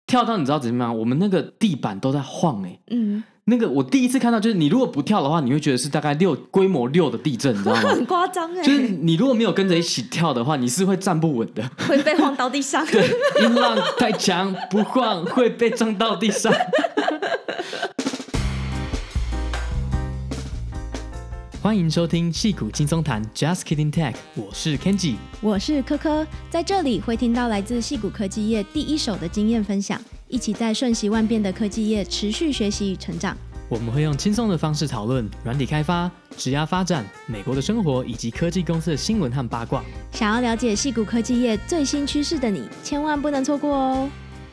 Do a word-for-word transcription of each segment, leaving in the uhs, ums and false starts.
跳到你知道怎么样？我们那个地板都在晃哎、欸， 嗯， 那个我第一次看到，就是你如果不跳的话，你会觉得是大概六规模六的地震，你知道吗？ 很夸张哎， 就是你如果没有跟着一起跳的话，你是会站不稳的， 会被晃到地上。 对，音浪太强不晃会被撞到地上。欢迎收听矽谷轻松谈 Just Kidding Tech， 我是 Kenji， 我是科科，在这里会听到来自矽谷科技业第一手的经验分享，一起在瞬息万变的科技业持续学习与成长。 我们会用轻松的方式讨论软体开发、职涯发展、美国的生活以及科技公司的新闻和八卦。 想要了解矽谷科技业最新趋势的你，千万不能错过哦！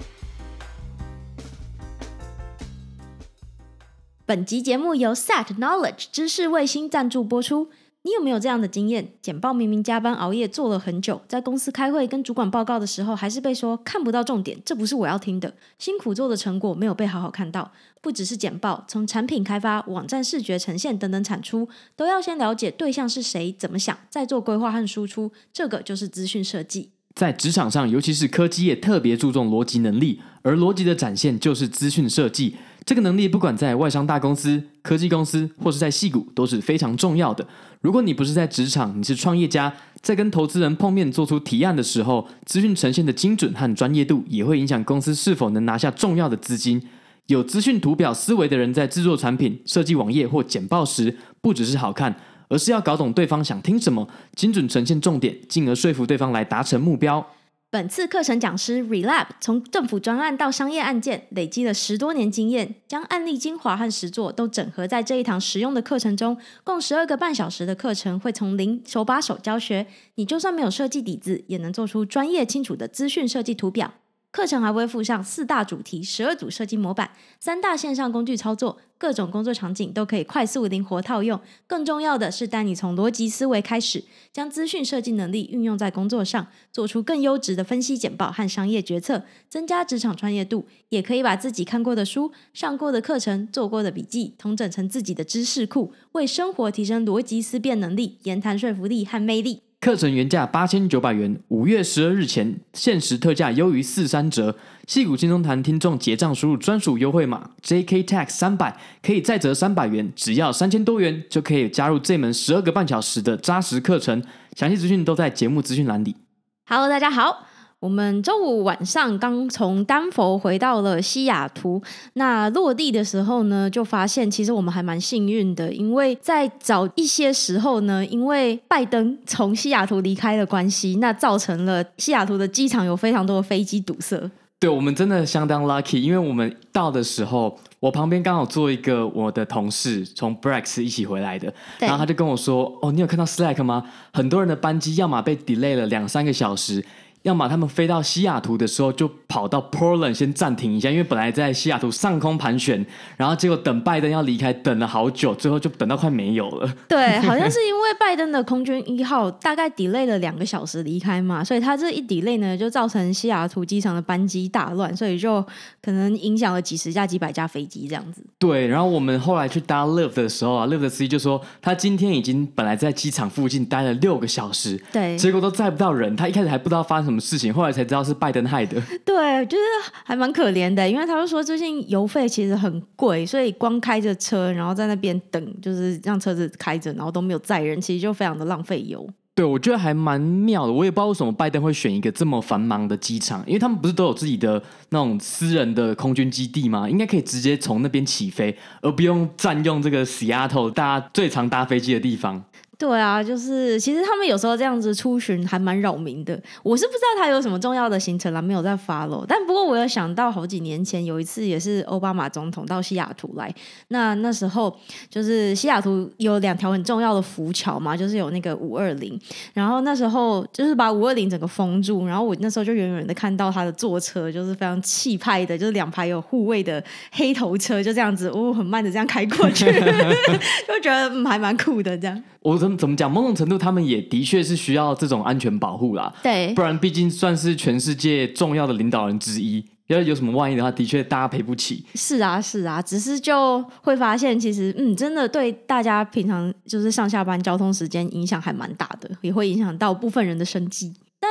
本集节目由 Set Knowledge 知识卫星赞助播出。你有没有这样的经验？简报明明加班熬夜做了很久，在公司开会跟主管报告的时候，还是被说看不到重点，这不是我要听的。辛苦做的成果没有被好好看到。不只是简报，从产品开发、网站视觉呈现等等产出，都要先了解对象是谁、怎么想，再做规划和输出。这个就是资讯设计。 在职场上，尤其是科技业，特别注重逻辑能力，而逻辑的展现就是资讯设计。这个能力不管在外商大公司、科技公司或是在矽谷都是非常重要的。如果你不是在职场，你是创业家，在跟投资人碰面做出提案的时候，资讯呈现的精准和专业度也会影响公司是否能拿下重要的资金。有资讯图表思维的人在制作产品、设计网页或简报时，不只是好看，而是要搞懂对方想听什么，精准呈现重点，进而说服对方来达成目标。 本次课程讲师 Relab 从政府专案到商业案件，累积了十多年经验，将案例精华和实作都整合在这一堂实用的课程中。共十二个半小时的课程，会从零手把手教学，你就算没有设计底子，也能做出专业清楚的资讯设计图表。课程还会附上四大主题、十二组设计模板、三大线上工具操作，各种工作场景都可以快速灵活套用。更重要的是带你从逻辑思维开始，将资讯设计能力运用在工作上，做出更优质的分析简报和商业决策，增加职场专业度。也可以把自己看过的书、上过的课程、做过的笔记统整成自己的知识库，为生活提升逻辑思辨能力、言谈说服力和魅力。 课程原价八千九百元，五月十二日前限时特价优于四三折。矽谷轻松谈听众结账输入专属优惠码 J K T A X 三百，可以再折三百元，只要三千多元就可以加入这门十二个半小时的扎实课程。详细资讯都在节目资讯栏里。 Hello， 大家好。我们周五晚上刚从丹佛回到了西雅图，那落地的时候呢，就发现其实我们还蛮幸运的，因为在早一些时候呢，因为拜登从西雅图离开的关系，那造成了西雅图的机场有非常多的飞机堵塞。 对，我们真的相当 lucky， 因为我们到的时候，我旁边刚好坐一个我的同事，从 Brex 一起回来的，然后他就跟我说：“哦，你有看到 Slack 吗？很多人的班机要么被 delay 了两三个小时。”要么他们飞到西雅图的时候就跑到 Portland 先暂停一下，因为本来在西雅图上空盘旋，然后结果等拜登要离开等了好久，最后就等到快没有了。 对，好像是因为拜登的空军一号大概 delay 了两个小时离开嘛，所以他这一 delay 呢就造成西雅图机场的班机大乱，所以就可能影响了几十架几百架飞机这样子。 对，然后我们后来去搭 Lyft 的时候啊 Lyft 的司机就说他今天已经本来在机场附近待了六个小时， 对， 结果都载不到人，他一开始还不知道发生什么事情，后来才知道是拜登害的。 对，就是还蛮可怜的，因为他就说最近油费其实很贵，所以光开着车然后在那边等，就是让车子开着然后都没有载人，其实就非常的浪费油。 对，我觉得还蛮妙的，我也不知道为什么拜登会选一个这么繁忙的机场，因为他们不是都有自己的那种私人的空军基地吗？应该可以直接从那边起飞，而不用占用这个 Seattle 大家最常搭飞机的地方。 对啊，就是其实他们有时候这样子出巡还蛮扰民的。我是不知道他有什么重要的行程啦，没有在 follow。但不过我有想到好几年前有一次也是奥巴马总统到西雅图来，那那时候就是西雅图有两条很重要的浮桥嘛，就是有那个五二零，然后那时候就是把五二零整个封住，然后我那时候就远远的看到他的座车，就是非常气派的，就是两排有护卫的黑头车，就这样子哦，很慢的这样开过去，就觉得嗯还蛮酷的这样。 我怎么怎么讲？某种程度，他们也的确是需要这种安全保护啦。 对， 不然毕竟算是全世界重要的领导人之一，要有什么万一的话，的确大家赔不起。 是啊，是啊，只是就会发现，其实嗯，真的对大家平常就是上下班交通时间影响还蛮大的，也会影响到部分人的生计。但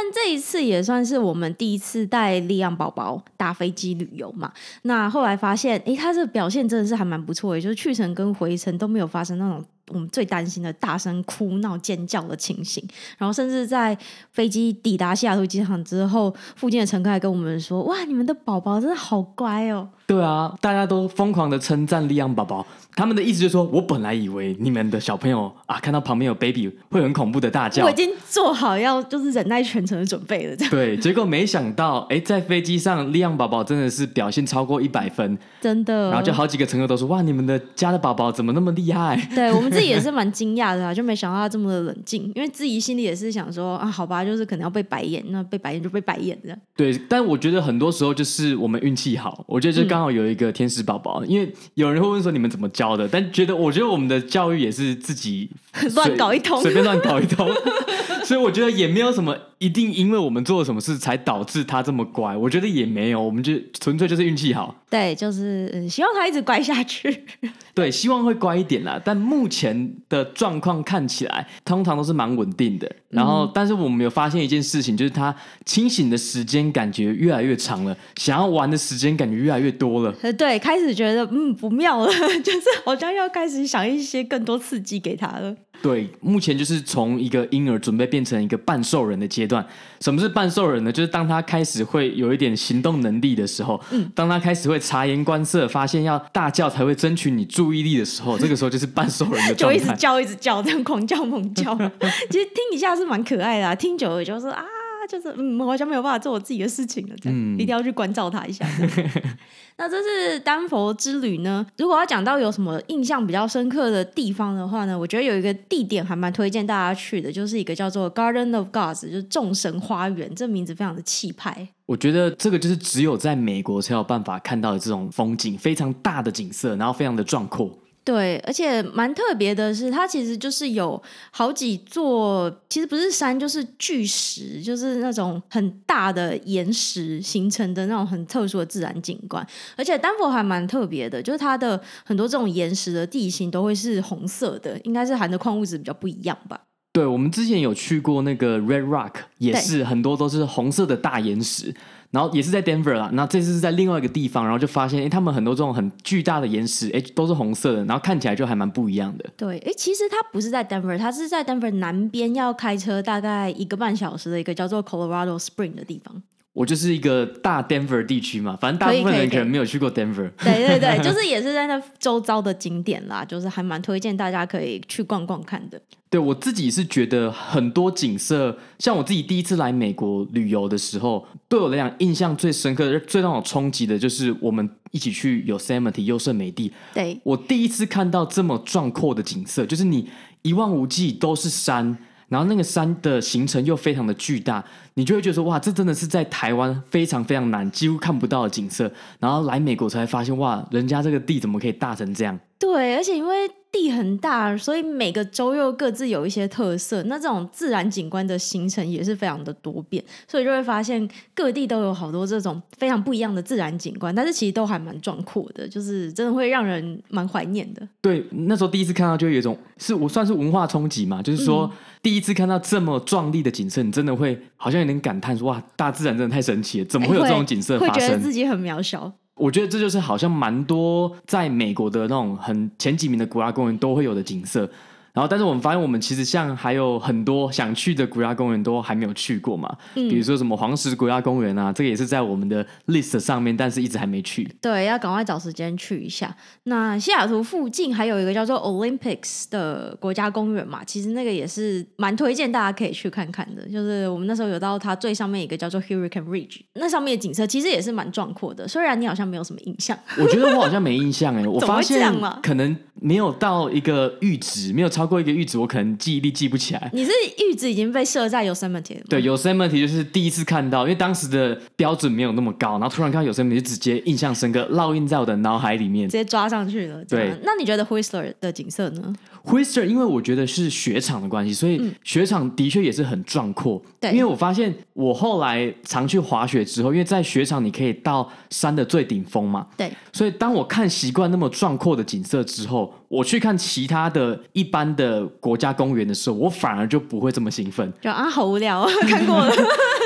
这一次也算是我们第一次带利昂宝宝搭飞机旅游嘛，那后来发现诶他这个表现真的是还蛮不错的，就是去程跟回程都没有发生那种我们最担心的大声哭闹尖叫的情形，然后甚至在飞机抵达西雅图机场之后，附近的乘客还跟我们说，哇，你们的宝宝真的好乖哦。 对啊，大家都疯狂的称赞利昂宝宝，他们的意思就是说，我本来以为你们的小朋友啊，看到旁边有 baby 会很恐怖的大叫， 我已经做好要就是忍耐全程的准备了这样。 对，结果没想到哎，在飞机上利昂宝宝真的是表现超过一百分， 真的， 然后就好几个乘客都说，哇，你们的家的宝宝怎么那么厉害。 对，我们自己也是蛮惊讶的啊，就没想到他这么的冷静，因为自己心里也是想说啊，好吧，就是可能要被白眼，那被白眼就被白眼的。 对，但我觉得很多时候就是我们运气好，我觉得就刚好有一个天使宝宝、嗯、因为有人会问说你们怎么教的，但觉得我觉得我们的教育也是自己乱搞一通， 随便乱搞一通所以我觉得也没有什么一定因为我们做了什么事才导致他这么乖，我觉得也没有，我们就纯粹就是运气好。 对，就是、嗯、希望他一直乖下去对，希望会乖一点啦，但目前的状况看起来通常都是蛮稳定的，然后、嗯、但是我们有发现一件事情，就是他清醒的时间感觉越来越长了，想要玩的时间感觉越来越多了。 对，开始觉得嗯不妙了，就是好像要开始想一些更多刺激给他了。 对，目前就是从一个婴儿准备变成一个半兽人的阶段。什么是半兽人呢？就是当他开始会有一点行动能力的时候、嗯、当他开始会察言观色，发现要大叫才会争取你注意力的时候，这个时候就是半兽人的状态就一直叫一直叫，这样狂叫猛叫其实听一下是蛮可爱的、啊、听久了就是啊，就是嗯，我好像没有办法做我自己的事情了，嗯，一定要去关照他一下那这是丹佛之旅呢，如果要讲到有什么印象比较深刻的地方的话呢，我觉得有一个地点还蛮推荐大家去的，就是一个叫做 Garden of Gods， 就是众神花园，这名字非常的气派。 我觉得这个就是只有在美国才有办法看到的这种风景，非常大的景色，然后非常的壮阔。 对，而且蛮特别的是它其实就是有好几座，其实不是山就是巨石，就是那种很大的岩石形成的那种很特殊的自然景观。而且丹佛还蛮特别的，就是它的很多这种岩石的地形都会是红色的，应该是含的矿物质比较不一样吧。 对，我们之前有去过那个 Red Rock， 也是很多都是红色的大岩石，然后也是在 Denver 啦，那这次是在另外一个地方，然后就发现他们很多这种很巨大的岩石都是红色的，然后看起来就还蛮不一样的。 对，其实它不是在 Denver， 它是在 Denver 南边要开车大概一个半小时的一个叫做 Colorado Spring 的地方。 我就是一个大 Denver 地区嘛，反正大部分人可能没有去过 Denver。 对对对，就是也是在那周遭的景点啦，就是还蛮推荐大家可以去逛逛看的。 对，我自己是觉得很多景色，像我自己第一次来美国旅游的时候，对我来讲印象最深刻的、最让我冲击的就是我们一起去 Yosemite 优胜美地。 对， 我第一次看到这么壮阔的景色，就是你一望无际都是山，然后那个山的形成又非常的巨大，你就会觉得说哇，这真的是在台湾非常非常难几乎看不到的景色，然后来美国才发现哇，人家这个地怎么可以大成这样。 对，而且因为地很大，所以每个州又各自有一些特色，那这种自然景观的形成也是非常的多变，所以就会发现各地都有好多这种非常不一样的自然景观，但是其实都还蛮壮阔的，就是真的会让人蛮怀念的。 对，那时候第一次看到就有一种是我算是文化冲击嘛，就是说、嗯、第一次看到这么壮丽的景色，你真的会好像有点感叹说哇，大自然真的太神奇了，怎么会有这种景色发生、 欸、会, 会觉得自己很渺小。 我觉得这就是好像蛮多在美国的那种很前几名的国家公园都会有的景色，然后但是我们发现我们其实像还有很多想去的国家公园都还没有去过嘛、嗯、比如说什么黄石国家公园啊，这个也是在我们的 list 上面，但是一直还没去。对， 要赶快找时间去一下。那西雅图附近还有一个叫做 Olympics 的国家公园嘛，其实那个也是蛮推荐大家可以去看看的，就是我们那时候有到它最上面一个叫做 Hurricane Ridge， 那上面的景色其实也是蛮壮阔的，虽然你好像没有什么印象。 我觉得我好像没印象耶我发现可能没有到一个阈值，没有超过一个阈值，我可能记忆力记不起来。 你是阈值已经被设在 Yosemite 了吗？ 对， Yosemite 就是第一次看到，因为当时的标准没有那么高，然后突然看到 Yosemite 就直接印象深刻，烙印在我的脑海里面， 直接抓上去了。 对， 那你觉得 Whistler 的景色呢？ Whistler 因为我觉得是雪场的关系，所以雪场的确也是很壮阔、嗯、因为我发现我后来常去滑雪之后，因为在雪场你可以到山的最顶峰嘛， 对， 所以当我看习惯那么壮阔的景色之后，我去看其他的一般的国家公园的时候，我反而就不会这么兴奋， 就啊好无聊看过了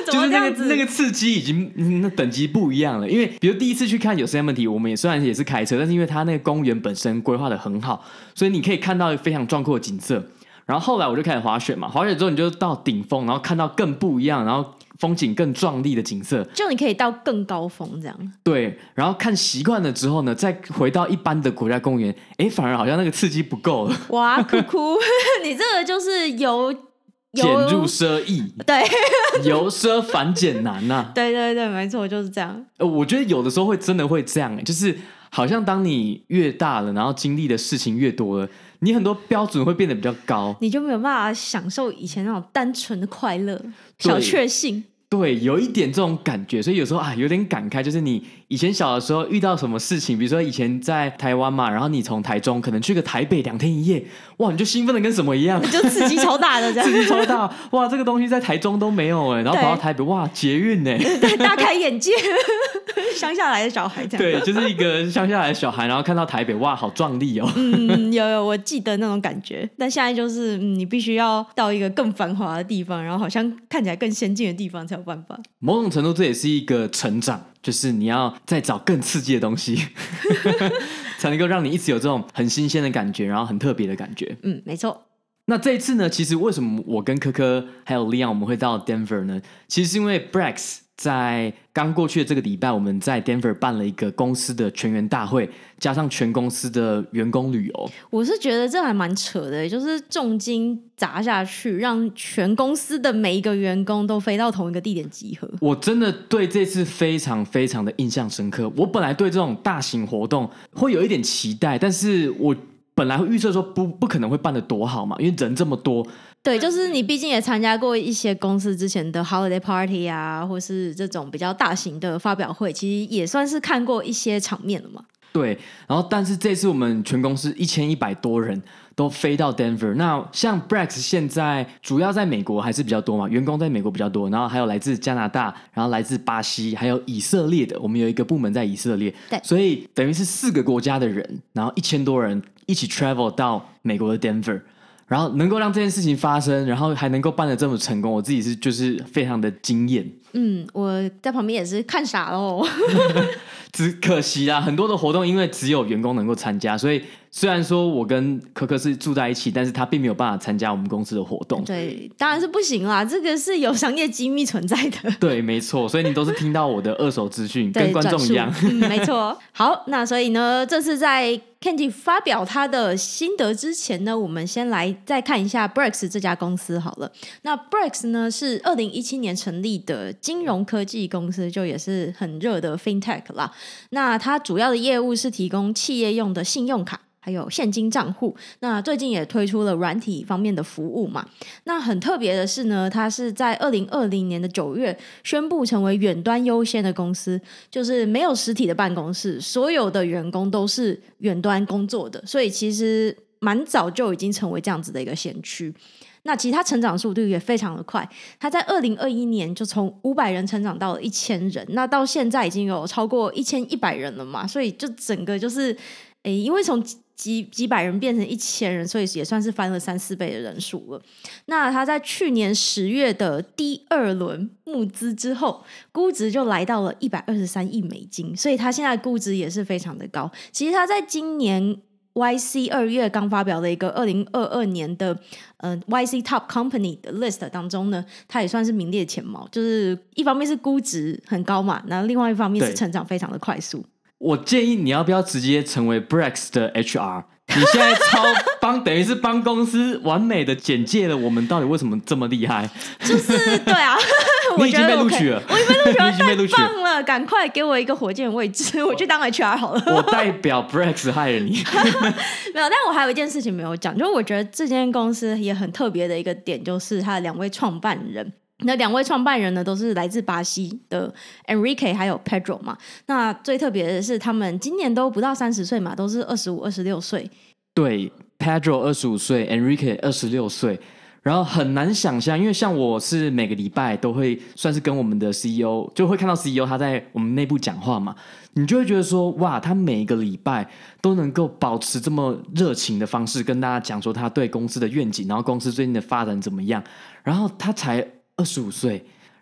就是那个那个刺激已经、嗯、那等级不一样了。因为比如第一次去看 Yosemite， 我们也虽然也是开车，但是因为它那个公园本身规划的很好，所以你可以看到非常壮阔的景色。然后后来我就开始滑雪嘛，滑雪之后你就到顶峰，然后看到更不一样，然后风景更壮丽的景色， 就你可以到更高峰这样。 对，然后看习惯了之后呢，再回到一般的国家公园，哎，反而好像那个刺激不够了。 哇，哭哭，你这个就是由俭入奢易， 对， 由奢反俭难呐、啊。 对对对，没错，就是这样。 呃，我觉得有的时候会真的会这样，就是好像当你越大了，然后经历的事情越多了，你很多标准会变得比较高， 你就没有办法享受以前那种单纯的快乐、小确幸。 对，有一点这种感觉，所以有时候啊，有点感慨，就是你以前小的时候遇到什么事情，比如说以前在台湾嘛，然后你从台中可能去个台北两天一夜，哇，你就兴奋的跟什么一样， 就刺激超大的这样， 刺激超大，哇，这个东西在台中都没有哎，然后跑到台北，哇，捷运哎， 对，大开眼界，乡下来的小孩这样， 对，就是一个乡下来的小孩，然后看到台北，哇，好壮丽哦， 嗯，有有，我记得那种感觉，但现在就是、嗯、你必须要到一个更繁华的地方，然后好像看起来更先进的地方才有办法。 某种程度这也是一个成长，就是你要再找更刺激的东西才能够让你一直有这种很新鲜的感觉，然后很特别的感觉。 嗯，没错。 那这一次呢，其实为什么我跟科科还有 Leon 我们会到 Denver 呢？其实是因为 Brex 在刚过去的这个礼拜，我们在 Denver 办了一个公司的全员大会，加上全公司的员工旅游。 我是觉得这还蛮扯的，就是重金砸下去，让全公司的每一个员工都飞到同一个地点集合。 我真的对这次非常非常的印象深刻。我本来对这种大型活动会有一点期待，但是我本来会预测说不不可能会办得多好嘛，因为人这么多。 对，就是你毕竟也参加过一些公司之前的 holiday party 啊，或是这种比较大型的发表会，其实也算是看过一些场面了嘛。 对，然后但是这次我们全公司一千一百多人都飞到 Denver。那像 Brex 现在主要在美国还是比较多嘛，员工在美国比较多，然后还有来自加拿大，然后来自巴西，还有以色列的，我们有一个部门在以色列， 对， 所以等于是四个国家的人，然后一千多人一起 travel 到美国的 Denver。然后能够让这件事情发生，然后还能够办得这么成功，我自己是就是非常的惊艳。 嗯，我在旁边也是看傻了只可惜啦，很多的活动因为只有员工能够参加，所以虽然说我跟可可是住在一起，但是他并没有办法参加我们公司的活动。 对，当然是不行啦，这个是有商业机密存在的。 对，没错，所以你都是听到我的二手资讯，跟观众一样。 嗯，没错。好，那所以呢，这次在 Kenji 发表他的心得之前呢，我们先来再看一下 Brex 这家公司好了。那 Brex 呢是二零一七年成立的金融科技公司，就也是很热的 FinTech 啦。那它主要的业务是提供企业用的信用卡还有现金账户，那最近也推出了软体方面的服务嘛。那很特别的是呢，它是在二零二零年的九月宣布成为远端优先的公司，就是没有实体的办公室，所有的员工都是远端工作的，所以其实蛮早就已经成为这样子的一个先驱。那其实它成长速度也非常的快，它在二零二一年就从五百人成长到了一千人，那到现在已经有超过一千一百人了嘛，所以就整个就是诶，因为从几几百人变成一千人，所以也算是翻了三四倍的人数了。那他在去年十月的第二轮募资之后，估值就来到了一百二十三亿美金，所以他现在的估值也是非常的高。其实他在今年Y C 二月刚发表的一个二零二二年的呃 Y C Top Company 的 list 当中呢，它也算是名列前茅，就是一方面是估值很高嘛，然后另外一方面是成长非常的快速。 我建议你要不要直接成为 Brex 的 H R？ 你现在超帮，等于是帮公司完美的简介了我们到底为什么这么厉害。 就是对啊， 你已经被录取了， 我已经被录取了， 你已经被录取了， 太棒了！赶快给我一个火箭位置，我去当 H R 好了。 我代表 Brex 害了你。 没有，但我还有一件事情没有讲，就是我觉得这间公司也很特别的一个点，就是它的两位创办人。那两位创办人呢，都是来自巴西的 Enrique 还有 Pedro 嘛。那最特别的是，他们今年都不到三十岁嘛，都是二十五、二十六岁。 对 ，Pedro 二十五岁 ，Enrique 二十六岁。然后很难想象，因为像我是每个礼拜都会算是跟我们的 C E O 就会看到 C E O 他在我们内部讲话嘛，你就会觉得说，哇，他每一个礼拜都能够保持这么热情的方式跟大家讲说他对公司的愿景，然后公司最近的发展怎么样。然后他才二十五岁，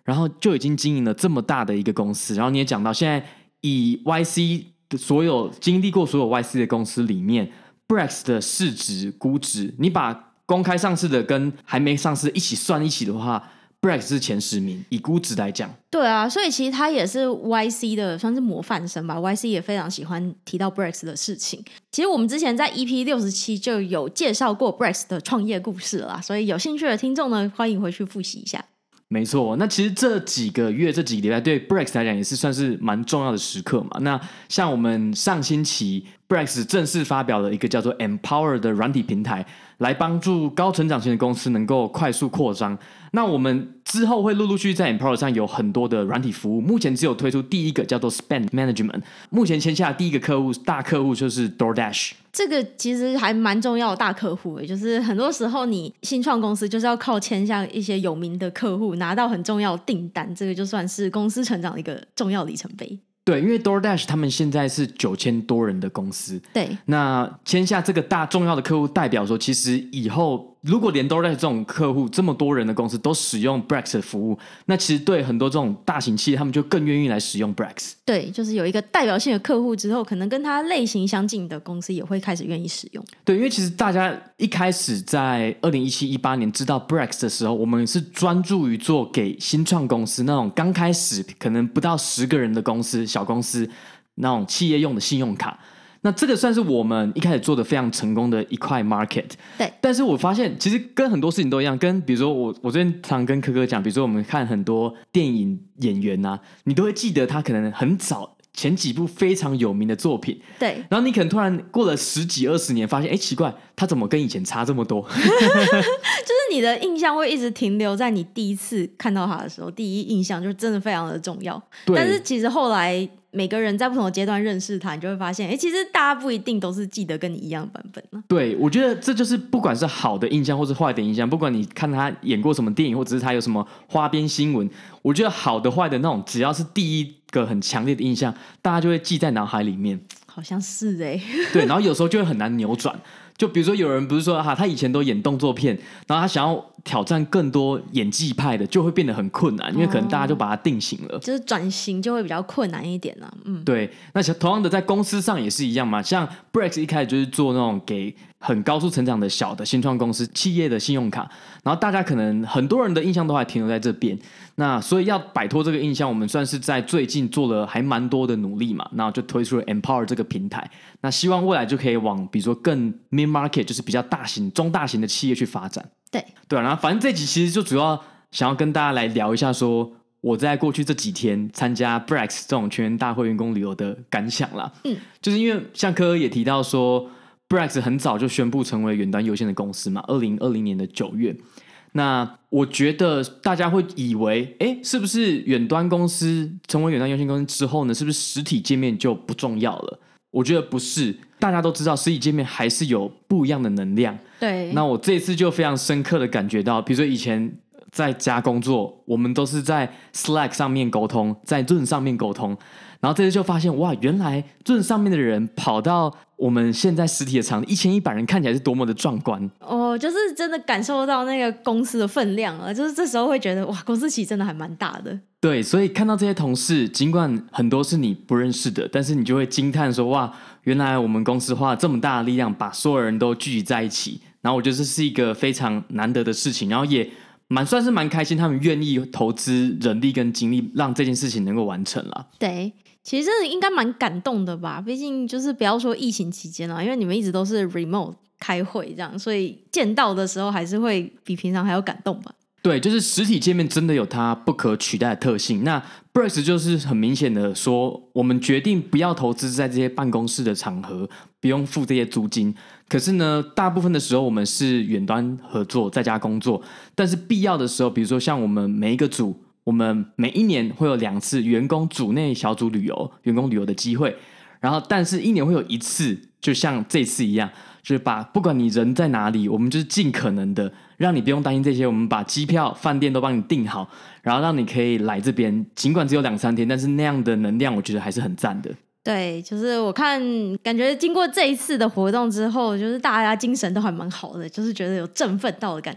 然后就已经经营了这么大的一个公司，然后你也讲到现在以 Y C 的所有经历过所有 Y C 的公司里面 Brex 的市值估值，你把公开上市的跟还没上市一起算一起的话，Brex 是前十名，以估值来讲。 对啊，所以其实他也是 Y C 的算是模范生吧。Y C 也非常喜欢提到 Brex 的事情。其实我们之前在 E P 六十七就有介绍过 Brex 的创业故事了啦，所以有兴趣的听众呢，欢迎回去复习一下。 没错，那其实这几个月这几个礼拜对 Brex 来讲也是算是蛮重要的时刻嘛。那像我们上星期 Brex 正式发表了一个叫做 Empower 的软体平台，来帮助高成长型的公司能够快速扩张。那我们之后会陆陆续续在 Empower 上有很多的软体服务，目前只有推出第一个叫做 Spend Management， 目前签下的第一个客户大客户就是 DoorDash。 这个其实还蛮重要的大客户，就是很多时候你新创公司就是要靠签下一些有名的客户，拿到很重要的订单，这个就算是公司成长的一个重要里程碑。 对，因为 DoorDash 他们现在是九千多人的公司， 对， 那签下这个大重要的客户，代表说其实以后如果连 DoorDash 这种客户这么多人的公司都使用 Brex 的服务，那其实对很多这种大型企业他们就更愿意来使用 Brex。 对，就是有一个代表性的客户之后，可能跟他类型相近的公司也会开始愿意使用。 对，因为其实大家一开始在二零一七、一八年知道 Brex 的时候，我们是专注于做给新创公司那种刚开始可能不到十个人的公司、小公司那种企业用的信用卡。那这个算是我们一开始做的非常成功的一块 market。 对， 但是我发现其实跟很多事情都一样，跟比如说我我最近常跟科科讲，比如说我们看很多电影演员啊，你都会记得他可能很早前几部非常有名的作品， 对， 然后你可能突然过了十几二十年发现，哎，奇怪，他怎么跟以前差这么多？ 就是你的印象会一直停留在你第一次看到他的时候，第一印象就真的非常的重要。但是其实后来每个人在不同的阶段认识他，你就会发现，哎，其实大家不一定都是记得跟你一样的版本呢。 对，我觉得这就是不管是好的印象或是坏的印象，不管你看他演过什么电影，或者是他有什么花边新闻，我觉得好的坏的那种，只要是第一个很强烈的印象，大家就会记在脑海里面。 好像是哎、欸， 对，然后有时候就会很难扭转。就比如说有人不是说哈，他以前都演动作片，然后他想要挑战更多演技派的，就会变得很困难，因为可能大家就把它定型了， 哦、就是转型就会比较困难一点啊。嗯， 对。那同样的在公司上也是一样嘛，像 Brex 一开始就是做那种给很高速成长的小的新创公司企业的信用卡，然后大家可能很多人的印象都还停留在这边。那所以要摆脱这个印象，我们算是在最近做了还蛮多的努力嘛，然后就推出了 Empower 这个平台。那希望未来就可以往比如说更 mid market， 就是比较大型中大型的企业去发展。 对对、啊、然后反正这集其实就主要想要跟大家来聊一下说我在过去这几天参加 Brex 这种全员大会员工旅游的感想啦。嗯，就是因为像科科也提到说 Brex 很早就宣布成为远端优先的公司嘛，二零二零年的九月。那我觉得大家会以为，哎，是不是远端公司成为远端优先公司之后呢，是不是实体界面就不重要了？我觉得不是，大家都知道实体界面还是有不一样的能量。 对， 那我这一次就非常深刻的感觉到，比如说以前在家工作，我们都是在 Slack 上面沟通，在 Zoom 上面沟通，然后这次就发现，哇，原来 Zoom 上面的人跑到我们现在实体的场地，一千一百人看起来是多么的壮观哦，就是真的感受到那个公司的分量了，就是这时候会觉得，哇，公司其实真的还蛮大的。 对，所以看到这些同事，尽管很多是你不认识的，但是你就会惊叹说，哇，原来我们公司花了这么大的力量，把所有人都聚集在一起。然后我觉得这是一个非常难得的事情，然后也蛮算是蛮开心，他们愿意投资人力跟精力，让这件事情能够完成啦。 对，其实真的应该蛮感动的吧，毕竟就是不要说疫情期间啦，因为你们一直都是 remote 开会这样，所以见到的时候还是会比平常还要感动吧。 对，就是实体界面真的有它不可取代的特性。那 Brex 就是很明显的说，我们决定不要投资在这些办公室的场合，不用付这些租金。可是呢，大部分的时候我们是远端合作，在家工作。但是必要的时候，比如说像我们每一个组，我们每一年会有两次员工组内小组旅游、员工旅游的机会。然后，但是一年会有一次，就像这次一样，就是把不管你人在哪里，我们就是尽可能的让你不用担心这些，我们把机票、饭店都帮你订好，然后让你可以来这边。尽管只有两三天，但是那样的能量，我觉得还是很赞的。 对，就是我看感觉经过这一次的活动之后，就是大家精神都还蛮好的，就是觉得有振奋到的感觉。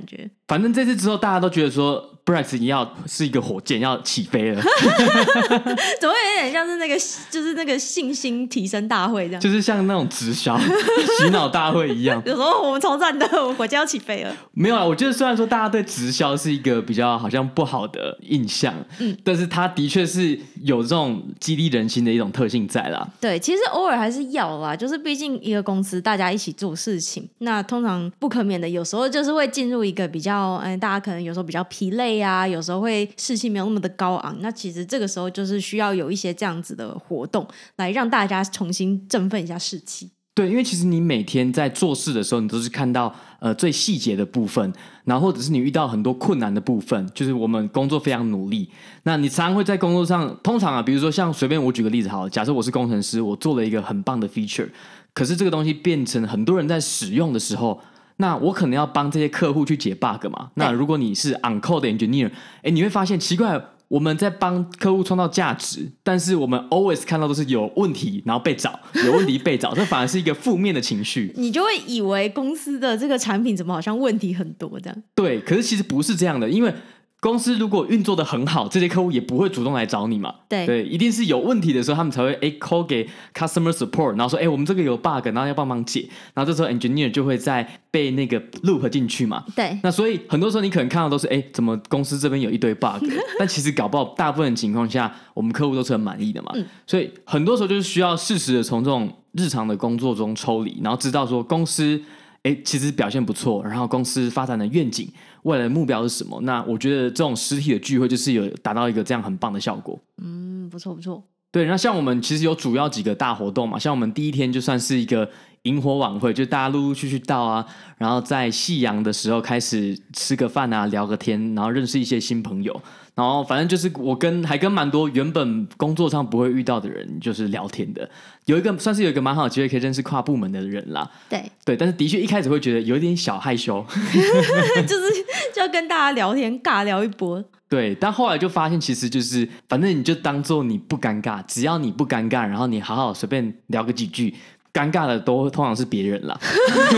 反正这次之后大家都觉得说 Brex 要是一个火箭要起飞了怎么会有点像是那个就是那个信心提升大会这样， 就是像那种直销洗脑大会一样， 有时候我们超赞的，我火箭要起飞了。 没有啊，我觉得虽然说大家对直销是一个比较好像不好的印象，嗯，但是它的确是有这种激励人心的一种特性在啦。 对，其实偶尔还是要啦，就是毕竟一个公司大家一起做事情，那通常不可免的有时候就是会进入一个比较嗯，大家可能有时候比较疲累啊，有时候会士气没有那么的高昂，那其实这个时候就是需要有一些这样子的活动来让大家重新振奋一下士气。 对，因为其实你每天在做事的时候，你都是看到呃最细节的部分，然后或者是你遇到很多困难的部分，就是我们工作非常努力，那你常常会在工作上，通常啊，比如说像随便我举个例子好了，假设我是工程师，我做了一个很棒的 feature， 可是这个东西变成很多人在使用的时候，那我可能要帮这些客户去解 bug 嘛。那如果你是 on code 的 engineer， 哎，你会发现奇怪，我们在帮客户创造价值，但是我们 always 看到都是有问题，然后被找，有问题被找，这反而是一个负面的情绪。 你就会以为公司的这个产品怎么好像问题很多这样。 对，可是其实不是这样的，因为公司如果运作的很好，这些客户也不会主动来找你嘛。 对， 对，一定是有问题的时候，他们才会哎 call 给 customer support， 然后说哎我们这个有 bug， 然后要帮忙解，然后这时候 engineer 就会再被那个 loop 进去嘛。 对， 那所以很多时候你可能看到都是哎怎么公司这边有一堆 bug， 但其实搞不好大部分情况下我们客户都是很满意的嘛。嗯、所以很多时候就是需要适时的从这种日常的工作中抽离，然后知道说公司哎其实表现不错，然后公司发展的愿景。未来的目标是什么？那我觉得这种实体的聚会就是有达到一个这样很棒的效果。 嗯，不错不错。 对，那像我们其实有主要几个大活动嘛，像我们第一天就算是一个萤火晚会，就大家陆陆续续到啊，然后在夕阳的时候开始吃个饭啊，聊个天，然后认识一些新朋友，然后反正就是我跟还跟蛮多原本工作上不会遇到的人就是聊天的，有一个算是有一个蛮好的机会可以认识跨部门的人啦。 对对，但是的确一开始会觉得有一点小害羞， 就是就要跟大家聊天尬聊一波。 对，但后来就发现，其实就是反正你就当做你不尴尬，只要你不尴尬，然后你好好随便聊个几句，尴尬的都通常是别人啦。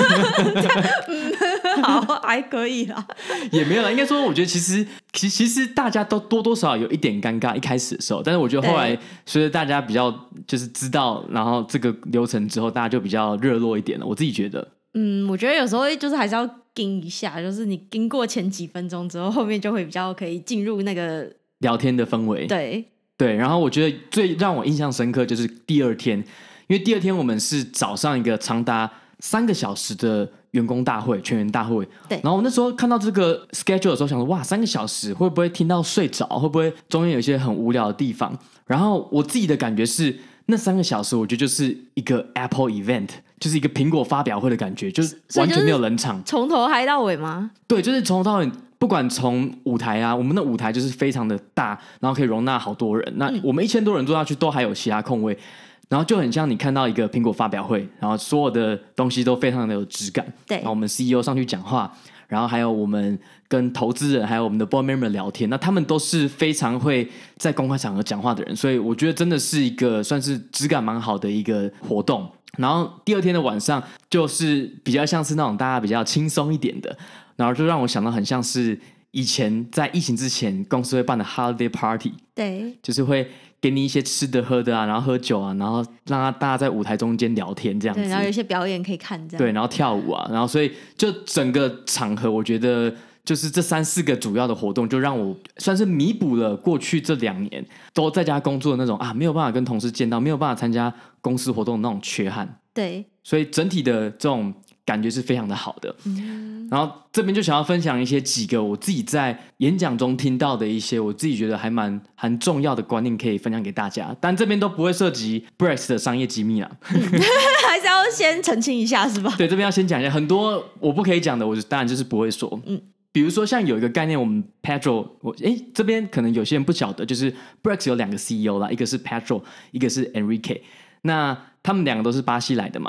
嗯，好，还可以啦。 也没有啦，应该说，我觉得其实其其实大家都多多少少有一点尴尬，一开始的时候，但是我觉得后来随着大家比较就是知道，然后这个流程之后，大家就比较热络一点了。我自己觉得。 嗯，我觉得有时候就是还是要盯一下，就是你经过前几分钟之后，后面就会比较可以进入那个聊天的氛围。 对对，然后我觉得最让我印象深刻就是第二天，因为第二天我们是早上一个长达三个小时的员工大会，全员大会。 对， 然后我那时候看到这个 schedule 的时候，想说哇，三个小时会不会听到睡着？会不会中间有一些很无聊的地方？然后我自己的感觉是，那三个小时我觉得就是一个 Apple event。就是一个苹果发表会的感觉，就是完全没有冷场， 从头嗨到尾吗？ 对，就是从头到尾，不管从舞台啊，我们的舞台就是非常的大，然后可以容纳好多人。那我们一千多人坐下去，都还有其他空位，然后就很像你看到一个苹果发表会，然后所有的东西都非常的有质感。 对， 然后我们 C E O 上去讲话，然后还有我们跟投资人，还有我们的 board member 聊天，那他们都是非常会在公开场合讲话的人，所以我觉得真的是一个算是质感蛮好的一个活动。然后第二天的晚上就是比较像是那种大家比较轻松一点的，然后就让我想到很像是以前在疫情之前公司会办的 holiday party， 对， 就是会给你一些吃的喝的啊，然后喝酒啊，然后让大家在舞台中间聊天这样子， 对，然后有一些表演可以看这样， 对，然后跳舞啊，然后所以就整个场合我觉得就是这三四个主要的活动，就让我算是弥补了过去这两年都在家工作的那种啊，没有办法跟同事见到，没有办法参加公司活动的那种缺憾。 对， 所以整体的这种感觉是非常的好的。嗯，然后这边就想要分享一些几个我自己在演讲中听到的一些我自己觉得还蛮很重要的观念，可以分享给大家。但这边都不会涉及 Brex 的商业机密啦， 嗯、还是要先澄清一下，是吧？ 对，这边要先讲一下，很多我不可以讲的，我就当然就是不会说。嗯。比如说像有一个概念，我们 Pedro， 我诶这边可能有些人不晓得，就是 Brex 有两个 C E O 啦，一个是 Pedro， 一个是 Enrique。那他们两个都是巴西来的嘛。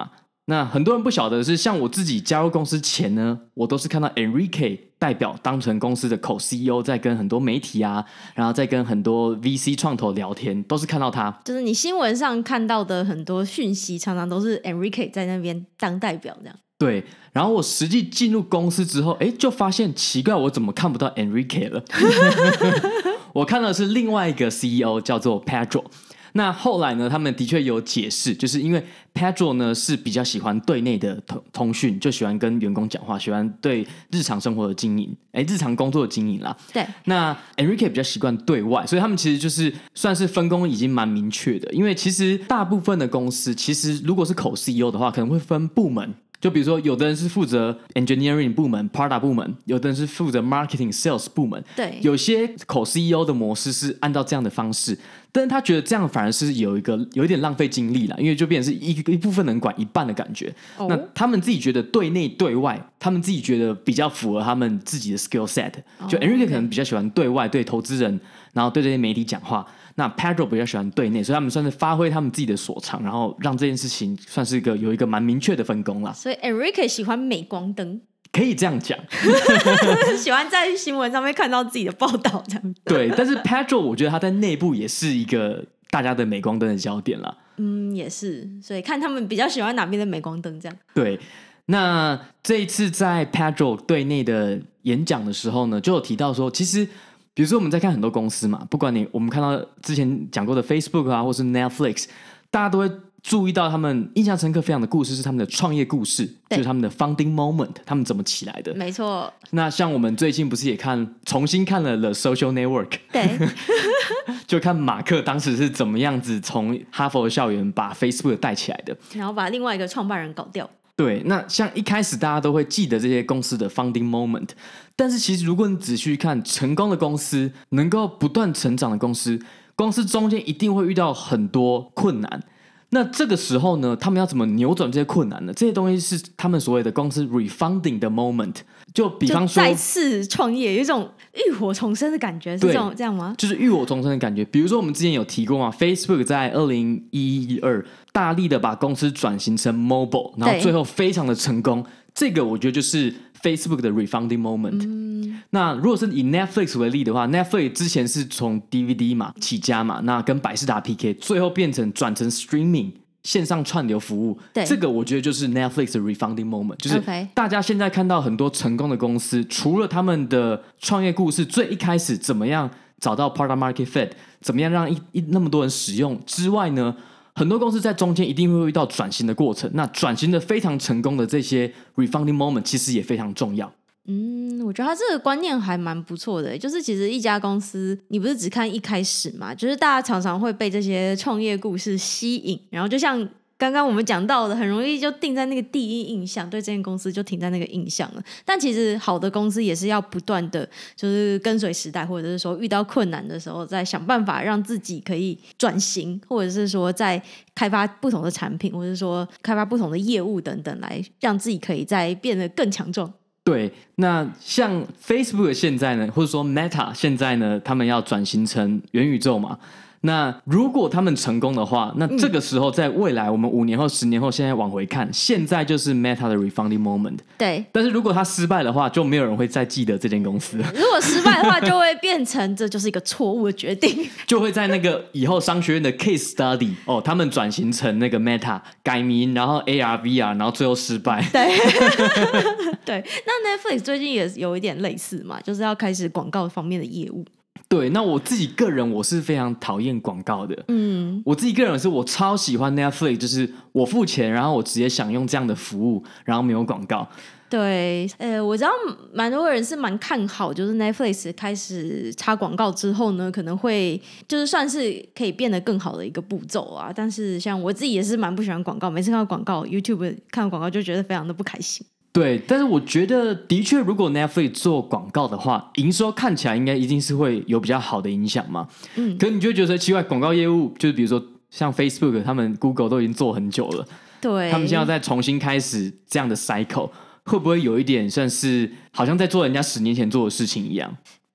那很多人不晓得的是，像我自己加入公司前呢，我都是看到 Enrique 代表当成公司的 Co-C E O 在跟很多媒体啊，然后在跟很多 V C 创投聊天，都是看到他。 就是你新闻上看到的很多讯息，常常都是 Enrique 在那边当代表这样。 对，然后我实际进入公司之后，哎，就发现奇怪，我怎么看不到 Enrique 了？我看到的是另外一个 C E O 叫做 Pedro。那后来呢，他们的确有解释，就是因为 Pedro 呢是比较喜欢对内的通通讯，就喜欢跟员工讲话，喜欢对日常生活的经营，哎，日常工作的经营啦。 对。 那 Enrique 比较习惯对外，所以他们其实就是算是分工已经蛮明确的。因为其实大部分的公司，其实如果是口 C E O 的话，可能会分部门。就比如说，有的人是负责 engineering 部门、product 部门，有的人是负责 marketing sales 部门。 对， 有些口 C E O 的模式是按照这样的方式，但是他觉得这样反而是有一个有一点浪费精力啦，因为就变成是一一部分人管一半的感觉。哦、那他们自己觉得对内对外，他们自己觉得比较符合他们自己的 skill set。就 Enrique 可能比较喜欢对外，对投资人，然后对这些媒体讲话。那 Pedro 比较喜欢对内，所以他们算是发挥他们自己的所长，然后让这件事情算是一个有一个蛮明确的分工啦。 所以 Enrique 喜欢镁光灯， 可以这样讲， 喜欢在新闻上面看到自己的报道这样。 对，但是 Pedro 我觉得他在内部也是一个大家的镁光灯的焦点啦。 嗯，也是，所以看他们比较喜欢哪边的镁光灯这样。 对，那这一次在 Pedro 对内的演讲的时候呢，就有提到说，其实比如说我们在看很多公司嘛，不管你我们看到之前讲过的 Facebook 啊，或是 Netflix， 大家都会注意到他们印象深刻非常的故事是他们的创业故事，就是他们的 founding moment， 他们怎么起来的。 没错。 那像我们最近不是也看重新看了 The Social Network， 对， 就看马克当时是怎么样子从哈佛的校园把 Facebook 带起来的， 然后把另外一个创办人搞掉。 对，那像一开始大家都会记得这些公司的 founding moment， 但是其实如果你仔细看成功的公司，能够不断成长的公司，公司中间一定会遇到很多困难。那这个时候呢，他们要怎么扭转这些困难呢？这些东西是他们所谓的公司 refunding 的 moment。就比方说， 再次创业，有一种浴火重生的感觉，是这种这样吗？ 就是浴火重生的感觉。比如说我们之前有提过嘛 ，Facebook 在二零一二大力的把公司转型成 mobile， 然后最后非常的成功。这个我觉得就是 Facebook 的 refunding moment。嗯、那如果是以 Netflix 为例的话 ，Netflix 之前是从 D V D 嘛起家嘛，那跟百视达 P K， 最后变成转成 streaming。线上串流服务，这个我觉得就是 Netflix 的 refunding moment， 就是大家现在看到很多成功的公司，除了他们的创业故事最一开始怎么样找到 product market fit， 怎么样让一一那么多人使用之外呢，很多公司在中间一定会遇到转型的过程，那转型的非常成功的这些 refunding moment 其实也非常重要。 嗯，我觉得他这个观念还蛮不错的，就是其实一家公司你不是只看一开始嘛，就是大家常常会被这些创业故事吸引，然后就像刚刚我们讲到的，很容易就定在那个第一印象，对这间公司就停在那个印象了。但其实好的公司也是要不断的就是跟随时代，或者是说遇到困难的时候再想办法让自己可以转型，或者是说在开发不同的产品，或者是说开发不同的业务等等，来让自己可以再变得更强壮。 对，那像 Facebook 现在呢，或者说 Meta 现在呢，他们要转型成元宇宙嘛。那如果他们成功的话，那这个时候在未来我们五年后十年后现在往回看，现在就是 Meta 的 refunding moment。 对， 但是如果他失败的话，就没有人会再记得这间公司。 如果失败的话就会变成这就是一个错误的决定， 就会在那个以后商学院的 case study 哦，他们转型成那个 Meta 改名，然后 A R V R， 然后最后失败。 对对，那 Netflix 最近也有一点类似嘛，就是要开始广告方面的业务。 对，那我自己个人我是非常讨厌广告的。嗯，我自己个人是我超喜欢 Netflix， 就是我付钱，然后我直接享用这样的服务，然后没有广告。 对，呃，我知道蛮多人是蛮看好，就是 Netflix 开始插广告之后呢，可能会就是算是可以变得更好的一个步骤啊。但是像我自己也是蛮不喜欢广告，每次看到广告 YouTube 看到广告就觉得非常的不开心。 对，但是我觉得的确，如果 Netflix 做广告的话，营收看起来应该一定是会有比较好的影响嘛。嗯，可是你就会觉得奇怪，广告业务就是比如说像 Facebook， 他们 Google 都已经做很久了， 对， 他们现在要再重新开始这样的 cycle， 会不会有一点算是好像在做人家十年前做的事情一样？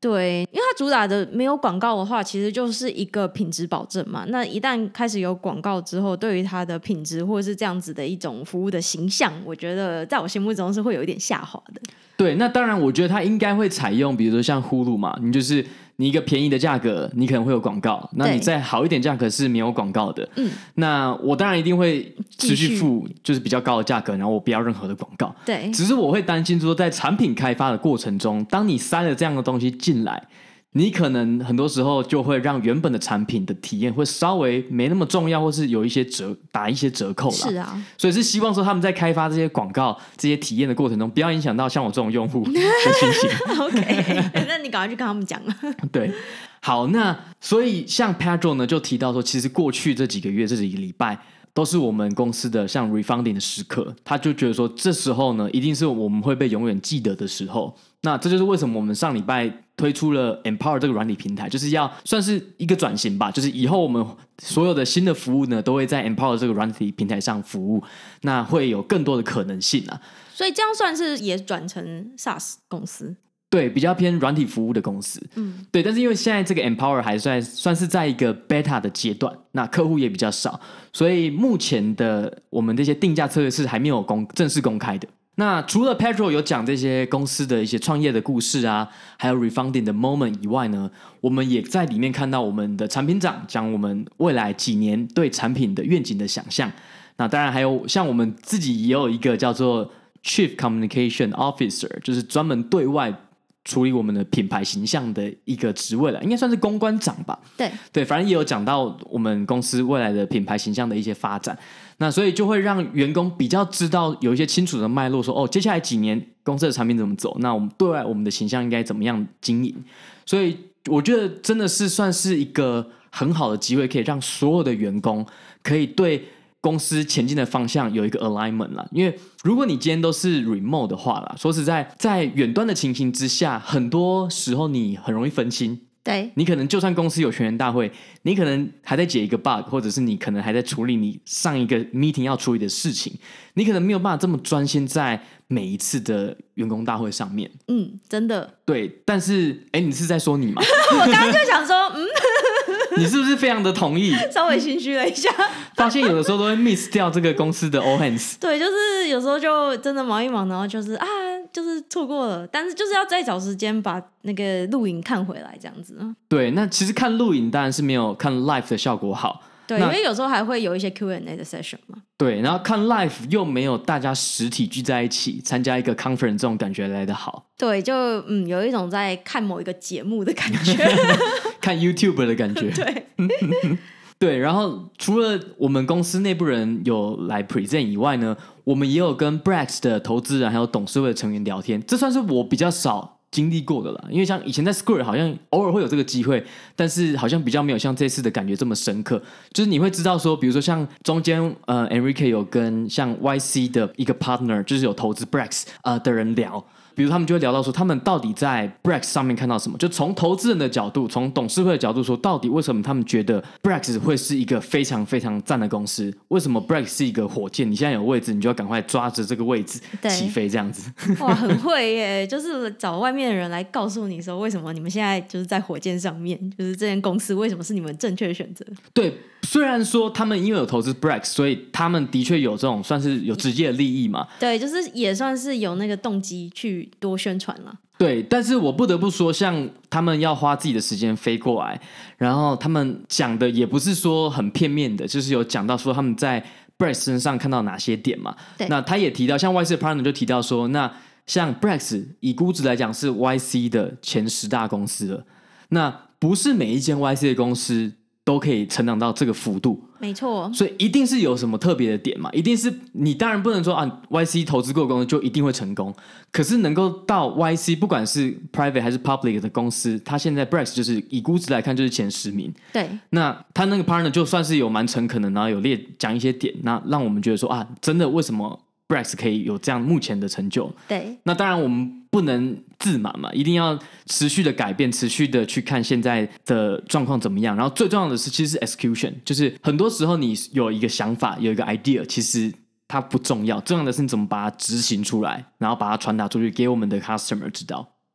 对，因为它主打的没有广告的话，其实就是一个品质保证嘛。那一旦开始有广告之后，对于它的品质或者是这样子的一种服务的形象，我觉得在我心目中是会有一点下滑的。 对，那当然我觉得它应该会采用比如说像 Hulu 嘛，你就是你一个便宜的价格你可能会有广告，那你再好一点价格是没有广告的。嗯，那我当然一定会持续付就是比较高的价格，然后我不要任何的广告。 对， 只是我会担心说在产品开发的过程中，当你塞了这样的东西进来，你可能很多时候就会让原本的产品的体验会稍微没那么重要，或是有一些折打一些折扣啦。 是啊， 所以是希望说他们在开发这些广告、这些体验的过程中，不要影响到像我这种用户的心情。 OK， 那你赶快去跟他们讲了。 对，好，那所以像 Pedro 呢就提到说，其实过去这几个月、这几个礼拜。都是我们公司的像 refunding 的时刻，他就觉得说这时候呢一定是我们会被永远记得的时候。那这就是为什么我们上礼拜推出了 Empower 这个软体平台，就是要算是一个转型吧，就是以后我们所有的新的服务呢都会在 Empower 这个软体平台上服务，那会有更多的可能性啊。 所以这样算是也转成 SaaS 公司。 对，比较偏软体服务的公司。嗯，对，但是因为现在这个 Empower 还算算是在一个 beta 的阶段，那客户也比较少，所以目前的我们这些定价策略是还没有公正式公开的。那除了 Pedro 有讲这些公司的一些创业的故事啊，还有 refunding 的 moment 以外呢，我们也在里面看到我们的产品长讲我们未来几年对产品的愿景的想象。那当然还有像我们自己也有一个叫做 Chief Communication Officer， 就是专门对外处理我们的品牌形象的一个职位了，应该算是公关长吧。 对对，反正也有讲到我们公司未来的品牌形象的一些发展，那所以就会让员工比较知道有一些清楚的脉络说，哦，接下来几年公司的产品怎么走，那我们对外我们的形象应该怎么样经营。所以我觉得真的是算是一个很好的机会，可以让所有的员工可以对公司前进的方向有一个 alignment 啦。因为如果你今天都是 remote 的话啦，说实在，在远端的情形之下，很多时候你很容易分心。 对， 你可能就算公司有全员大会，你可能还在解一个 bug， 或者是你可能还在处理你上一个 meeting 要处理的事情，你可能没有办法这么专心在每一次的员工大会上面。 嗯，真的。 对，但是哎，你是在说你吗？ 我刚刚就想说，嗯， 你是不是非常的同意？ 稍微心虚了一下， 发现有的时候都会 miss 掉这个公司的 all hands。 对，就是有时候就真的忙一忙，然后就是啊，就是错过了，但是就是要再找时间把那个录影看回来，这样子。 对，那其实看录影当然是没有看 live 的效果好。 对，因为有时候还会有一些 Q and A 的 session 嘛。 对，然后看 live 又没有大家实体聚在一起参加一个 conference 这种感觉来得好。 对，就嗯有一种在看某一个节目的感觉， 看 YouTube 的感觉。 对。 对，然后除了我们公司内部人有来 present 以外呢，我们也有跟 Brax 的投资人还有董事会的成员聊天，这算是我比较少经历过的啦。因为像以前在 Square 好像偶尔会有这个机会，但是好像比较没有像这次的感觉这么深刻。就是你会知道说，比如说像中间呃 Enrique 有跟像 Y C 的一个 partner， 就是有投资 Brax 呃的人聊。比如他们就会聊到说，他们到底在 Brax 上面看到什么？就从投资人的角度，从董事会的角度说，到底为什么他们觉得 Brax 会是一个非常非常赞的公司？为什么 Brax 是一个火箭？你现在有位置，你就要赶快抓着这个位置起飞，这样子。 哇，很会耶！就是找外面的人来告诉你说，为什么你们现在就是在火箭上面，就是这间公司为什么是你们正确的选择？ 对，虽然说他们因为有投资 Brax， 所以他们的确有这种算是有直接的利益嘛。 对，就是也算是有那个动机去多宣传了。 对，但是我不得不说，像他们要花自己的时间飞过来，然后他们讲的也不是说很片面的，就是有讲到说他们在 Brax 身上看到哪些点嘛。 对， 那他也提到，像 Y C 的 partner 就提到说，那像 Brax 以估值来讲是 Y C 的前十大公司了，那不是每一间 Y C 的公司都可以成长到这个幅度。 没错， 所以一定是有什么特别的点嘛，一定是你当然不能说啊 Y C 投资过的公司就一定会成功，可是能够到 Y C 不管是 private 还是 public 的公司，它现在 Brax 就是以估值来看就是前十名。 对， 那他那个 partner 就算是有蛮诚恳的，然后有列讲一些点，那让我们觉得说啊，真的为什么 Brax 可以有这样目前的成就？ 对， 那当然我们不能自满嘛，一定要持续的改变，持续的去看现在的状况怎么样。然后最重要的是，其实是 execution， 就是很多时候你有一个想法，有一个 idea， 其实它不重要，重要的是你怎么把它执行出来，然后把它传达出去给我们的 customer 知道。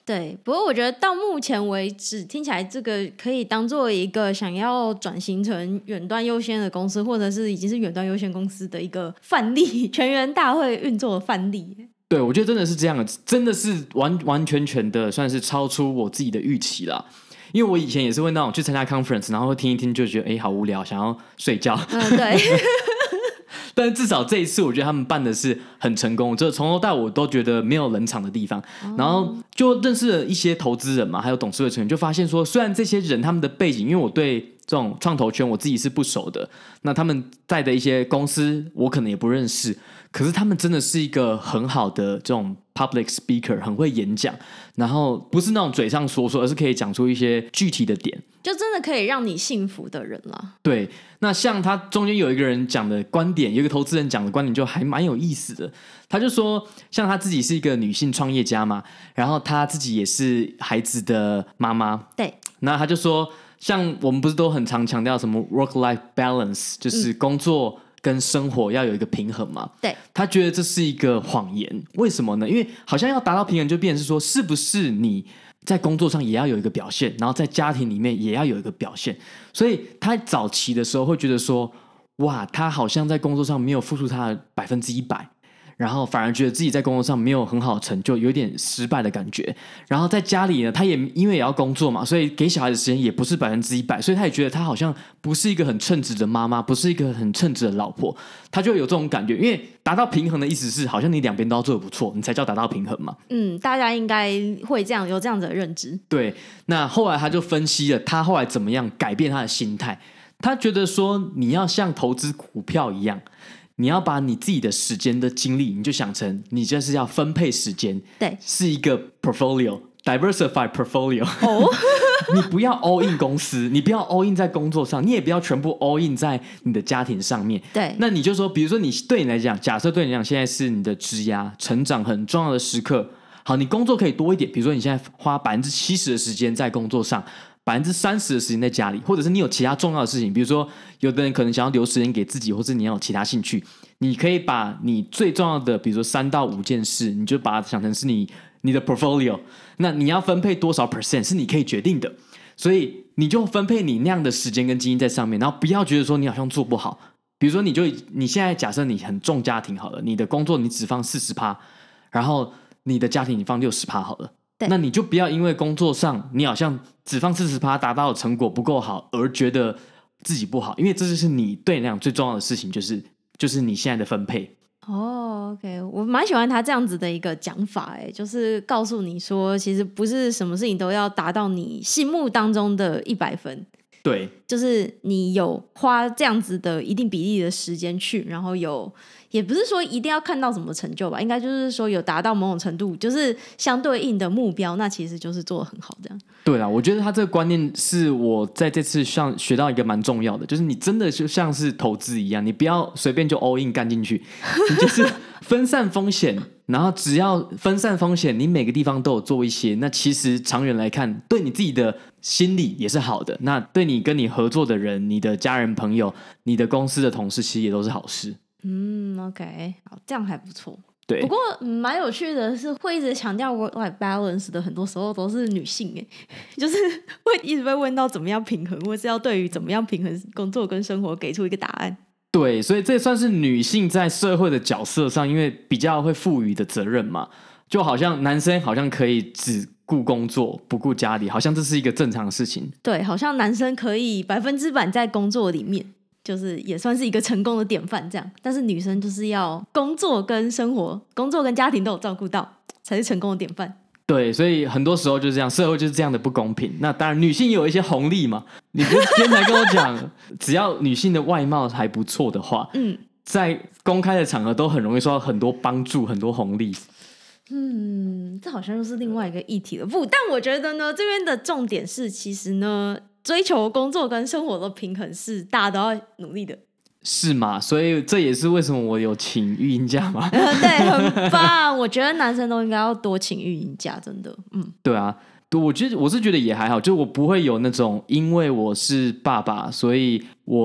对，不过我觉得到目前为止，听起来这个可以当做一个想要转型成远端优先的公司，或者是已经是远端优先公司的一个范例，全员大会运作的范例。 对，我觉得真的是这样的，真的是完完全全的算是超出我自己的预期啦。因为我以前也是会那种去参加 conference， 然后会听一听就觉得哎好无聊，想要睡觉。 嗯，对。 但是至少这一次我觉得他们办的是很成功，就从头到尾都觉得没有冷场的地方、哦、然后就认识了一些投资人嘛，还有董事会成员，就发现说虽然这些人他们的背景，因为我对这种创投圈我自己是不熟的，那他们在的一些公司我可能也不认识，可是他们真的是一个很好的这种 public speaker， 很会演讲，然后不是那种嘴上说说，而是可以讲出一些具体的点， 就真的可以让你幸福的人啦。 对，那像他中间有一个人讲的观点，有一个投资人讲的观点就还蛮有意思的。他就说，像他自己是一个女性创业家嘛，然后他自己也是孩子的妈妈。 对， 那他就说，像我们不是都很常强调什么 work-life balance， 就是工作跟生活要有一个平衡嘛。 对， 他觉得这是一个谎言，为什么呢？因为好像要达到平衡，就变成是说，是不是你在工作上也要有一个表现，然后在家庭里面也要有一个表现。所以他早期的时候会觉得说，哇，他好像在工作上没有付出他的百分之一百，然后反而觉得自己在工作上没有很好的成就，有点失败的感觉。然后在家里呢，他也因为也要工作嘛，所以给小孩的时间也不是百分之一百，所以他也觉得他好像不是一个很称职的妈妈，不是一个很称职的老婆，他就有这种感觉。因为达到平衡的意思是，好像你两边都要做得不错，你才叫达到平衡嘛。 嗯，大家应该会这样有这样子的认知。 对，那后来他就分析了他后来怎么样改变他的心态。他觉得说，你要像投资股票一样，你要把你自己的时间的精力，你就想成你就是要分配时间， 对， 是一个 portfolio diversified portfolio。 哦， 你不要 all in 公司，你不要 all in 在工作上，你也不要全部 all in 在你的家庭上面。 对， 那你就说，比如说你对你来讲，假设对你来讲现在是你的职涯成长很重要的时刻，好，你工作可以多一点，比如说你现在花百分之七十的时间在工作上，百分之三十的时间在家里，或者是你有其他重要的事情，比如说有的人可能想要留时间给自己，或是你要有其他兴趣，你可以把你最重要的，比如说三到五件事，你就把它想成是你你的 portfolio， 那你要分配多少 percent 是你可以决定的，所以你就分配你那样的时间跟精力在上面，然后不要觉得说你好像做不好。比如说你就你现在假设你很重家庭好了，你的工作你只放 百分之四十， 然后你的家庭你放 百分之六十 好了，那你就不要因为工作上你好像只放 百分之四十 达到的成果不够好而觉得自己不好，因为这就是你对你来讲最重要的事情，就是就是你现在的分配。 哦、oh, OK， 我蛮喜欢他这样子的一个讲法，哎，就是告诉你说，其实不是什么事情都要达到你心目当中的一百分， 对， 就是你有花这样子的一定比例的时间去，然后有，也不是说一定要看到什么成就吧，应该就是说有达到某种程度，就是相对应的目标，那其实就是做得很好这样。 对啦，我觉得他这个观念是我在这次上学到一个蛮重要的，就是你真的就像是投资一样，你不要随便就 all in 干进去，你就是分散风险，然后只要分散风险，你每个地方都有做一些，那其实长远来看，对你自己的心理也是好的，那对你跟你合作的人、你的家人朋友、你的公司的同事，其实也都是好事。 嗯 OK， 好，这样还不错。 对， 不过蛮、嗯、有趣的是，会一直强调 work-life balance 的，很多时候都是女性哎，就是会一直被问到怎么样平衡，或是要对于怎么样平衡工作跟生活给出一个答案。 对，所以这算是女性在社会的角色上，因为比较会赋予的责任嘛，就好像男生好像可以只顾工作不顾家里，好像这是一个正常的事情。 对，好像男生可以百分之百在工作里面，就是也算是一个成功的典范这样，但是女生就是要工作跟生活、工作跟家庭都有照顾到，才是成功的典范。 对，所以很多时候就是这样，社会就是这样的不公平。那当然女性也有一些红利嘛，你不是今天才跟我讲只要女性的外貌还不错的话，嗯，在公开的场合都很容易受到很多帮助，很多红利。 嗯，这好像又是另外一个议题了。不，但我觉得呢，这边的重点是，其实呢，追求工作跟生活的平衡是大家都要努力的。 是嘛？所以这也是为什么我有请育婴假嘛。 对，很棒。我觉得男生都应该要多请育婴假，真的。嗯， 对啊，我觉得我是觉得也还好，就我不会有那种因为我是爸爸，所以我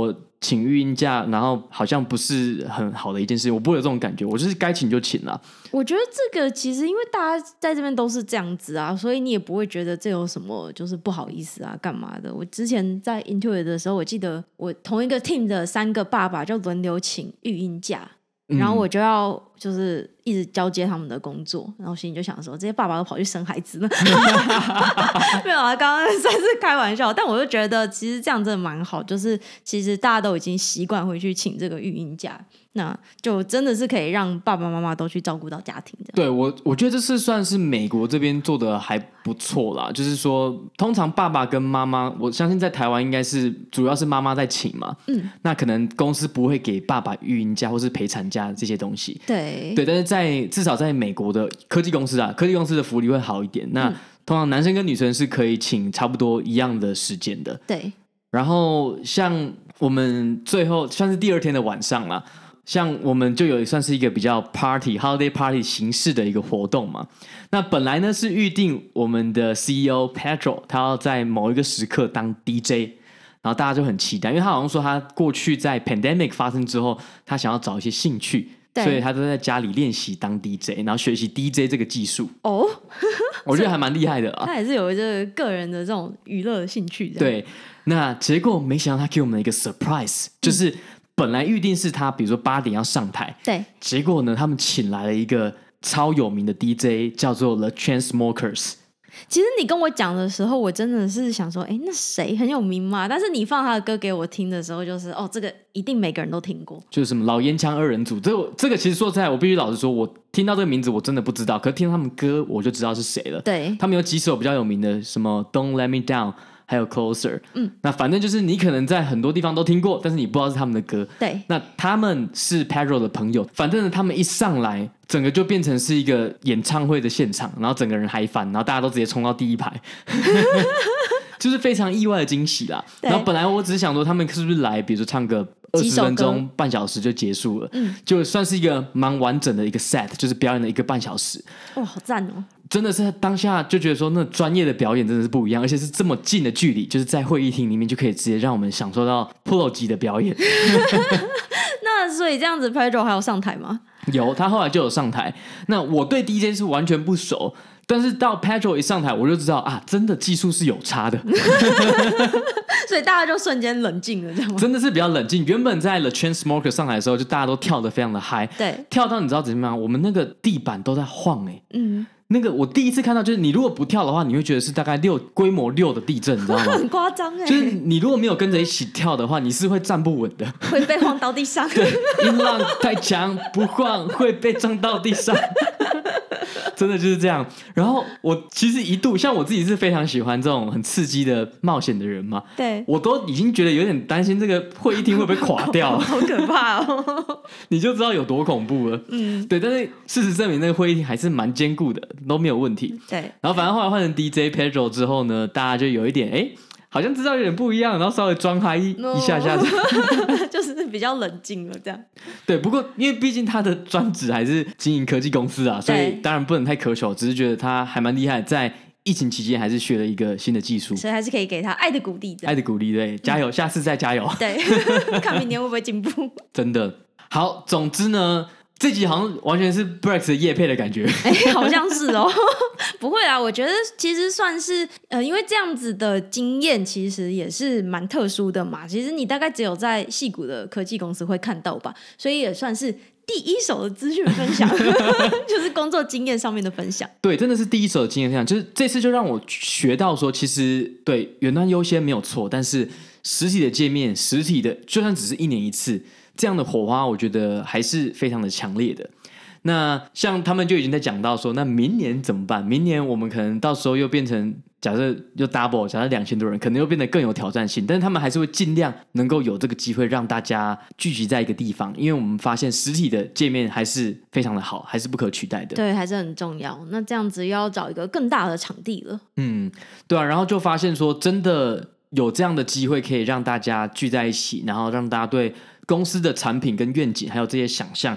请育婴假，然后好像不是很好的一件事，我不会有这种感觉，我就是该请就请啦。 我觉得这个其实因为大家在这边都是这样子啊，所以你也不会觉得这有什么就是不好意思啊干嘛的。我之前在 Intuit 的时候，我记得我同一个 team 的三个爸爸就轮流请育婴假，然后我就要就是一直交接他们的工作，然后心里就想说这些爸爸都跑去生孩子了没有啊，刚刚算是开玩笑，但我就觉得其实这样真的蛮好，就是其实大家都已经习惯回去请这个育婴假，那就真的是可以让爸爸妈妈都去照顾到家庭的。 对，我我觉得这是算是美国这边做的还不错啦，就是说通常爸爸跟妈妈，我相信在台湾应该是主要是妈妈在请嘛，嗯，那可能公司不会给爸爸育婴假或是陪产假这些东西， 对对，但是在至少在美国的科技公司啊，科技公司的福利会好一点，那、嗯、通常男生跟女生是可以请差不多一样的时间的， 对， 然后像我们最后算是第二天的晚上啦，像我们就有算是一个比较 party holiday party 形式的一个活动嘛。那本来呢是预定我们的 C E O Pedro 他要在某一个时刻当 D J， 然后大家就很期待，因为他好像说他过去在 pandemic 发生之后，他想要找一些兴趣，所以他都在家里练习当 D J， 然后学习 D J 这个技术。哦，我觉得还蛮厉害的啊。 他也是有这个个人的这种娱乐的兴趣。 对，那结果没想到他给我们一个 surprise， 就是本来预定是他比如说八点要上台， 对， 结果呢他们请来了一个超有名的 D J 叫做 The Chainsmokers。 其实你跟我讲的时候，我真的是想说，哎，那谁很有名吗？但是你放他的歌给我听的时候，就是哦，这个一定每个人都听过， 就是什么老烟枪二人组。这个这个其实说实在，我必须老实说，我听到这个名字我真的不知道，可是听他们歌我就知道是谁了。 对， 他们有几首比较有名的，什么 Don't Let Me Down， 还有 Closer。嗯，那反正就是你可能在很多地方都听过，但是你不知道是他们的歌。 对， 那他们是 Pedro 的朋友，反正他们一上来，整个就变成是一个演唱会的现场，然后整个人嗨翻，然后大家都直接冲到第一排。就是非常意外的惊喜啦。然后本来我只是想说他们是不是来比如说唱个二十分钟半小时就结束了，嗯，就算是一个蛮完整的一个 set， 就是表演了一个半小时。 哇，好赞哦！真的是当下就觉得说那专业的表演真的是不一样，而且是这么近的距离，就是在会议厅里面就可以直接让我们享受到 Pro 级的表演。 那所以这样子 Pedro 还有上台吗？ 有，他后来就有上台。那我对 D J 是完全不熟，但是到 Pedro 一上台我就知道啊，真的技术是有差的。 所以大家就瞬间冷静了，这样吗？ 真的是比较冷静。原本在 The Chainsmokers 上台的时候，就大家都跳得非常的嗨， 对， 跳到你知道怎么样？我们那个地板都在晃哎、欸，嗯，那个我第一次看到，就是你如果不跳的话，你会觉得是大概六规模六的地震，你知道吗？ 很夸张哎， 就是你如果没有跟着一起跳的话，你是会站不稳的， 会被晃到地上。 对，音浪太强不晃会被撞到地上。真的就是这样。然后我其实一度像我自己是非常喜欢这种很刺激的冒险的人嘛， 对， 我都已经觉得有点担心这个会议厅会不会垮掉。 好可怕哦。 你就知道有多恐怖了。嗯，对，但是事实证明那个会议厅还是蛮坚固的，都没有问题。 对， 然后反正后来换成 D J Pedro 之后呢，大家就有一点哎，好像知道有点不一样，然后稍微装嗨一下下子。 就是比较冷静了这样。 对，不过因为毕竟他的专职还是经营科技公司啊，所以当然不能太苛求，只是觉得他还蛮厉害，在疫情期间还是学了一个新的技术， 所以还是可以给他爱的鼓励。 爱的鼓励，对，加油，嗯、下次再加油。 对，看明年会不会进步。 真的好，总之呢。这集好像完全是 Brex 的业配的感觉。 哎、欸，好像是哦。不会啦，我觉得其实算是呃，因为这样子的经验其实也是蛮特殊的嘛。其实你大概只有在矽谷的科技公司会看到吧，所以也算是第一手的资讯分享。就是工作经验上面的分享。对， 真的是第一手的经验分享。就是这次就让我学到说，其实对远端优先没有错，但是实体的界面，实体的就算只是一年一次。这样的火花我觉得还是非常的强烈的。那像他们就已经在讲到说，那明年怎么办？明年我们可能到时候又变成假设又 double， 假设两千多人，可能又变得更有挑战性。但是他们还是会尽量能够有这个机会让大家聚集在一个地方，因为我们发现实体的界面还是非常的好，还是不可取代的。 对，还是很重要。那这样子又要找一个更大的场地了。 嗯，对啊。然后就发现说，真的有这样的机会可以让大家聚在一起，然后让大家对公司的产品跟愿景还有这些想象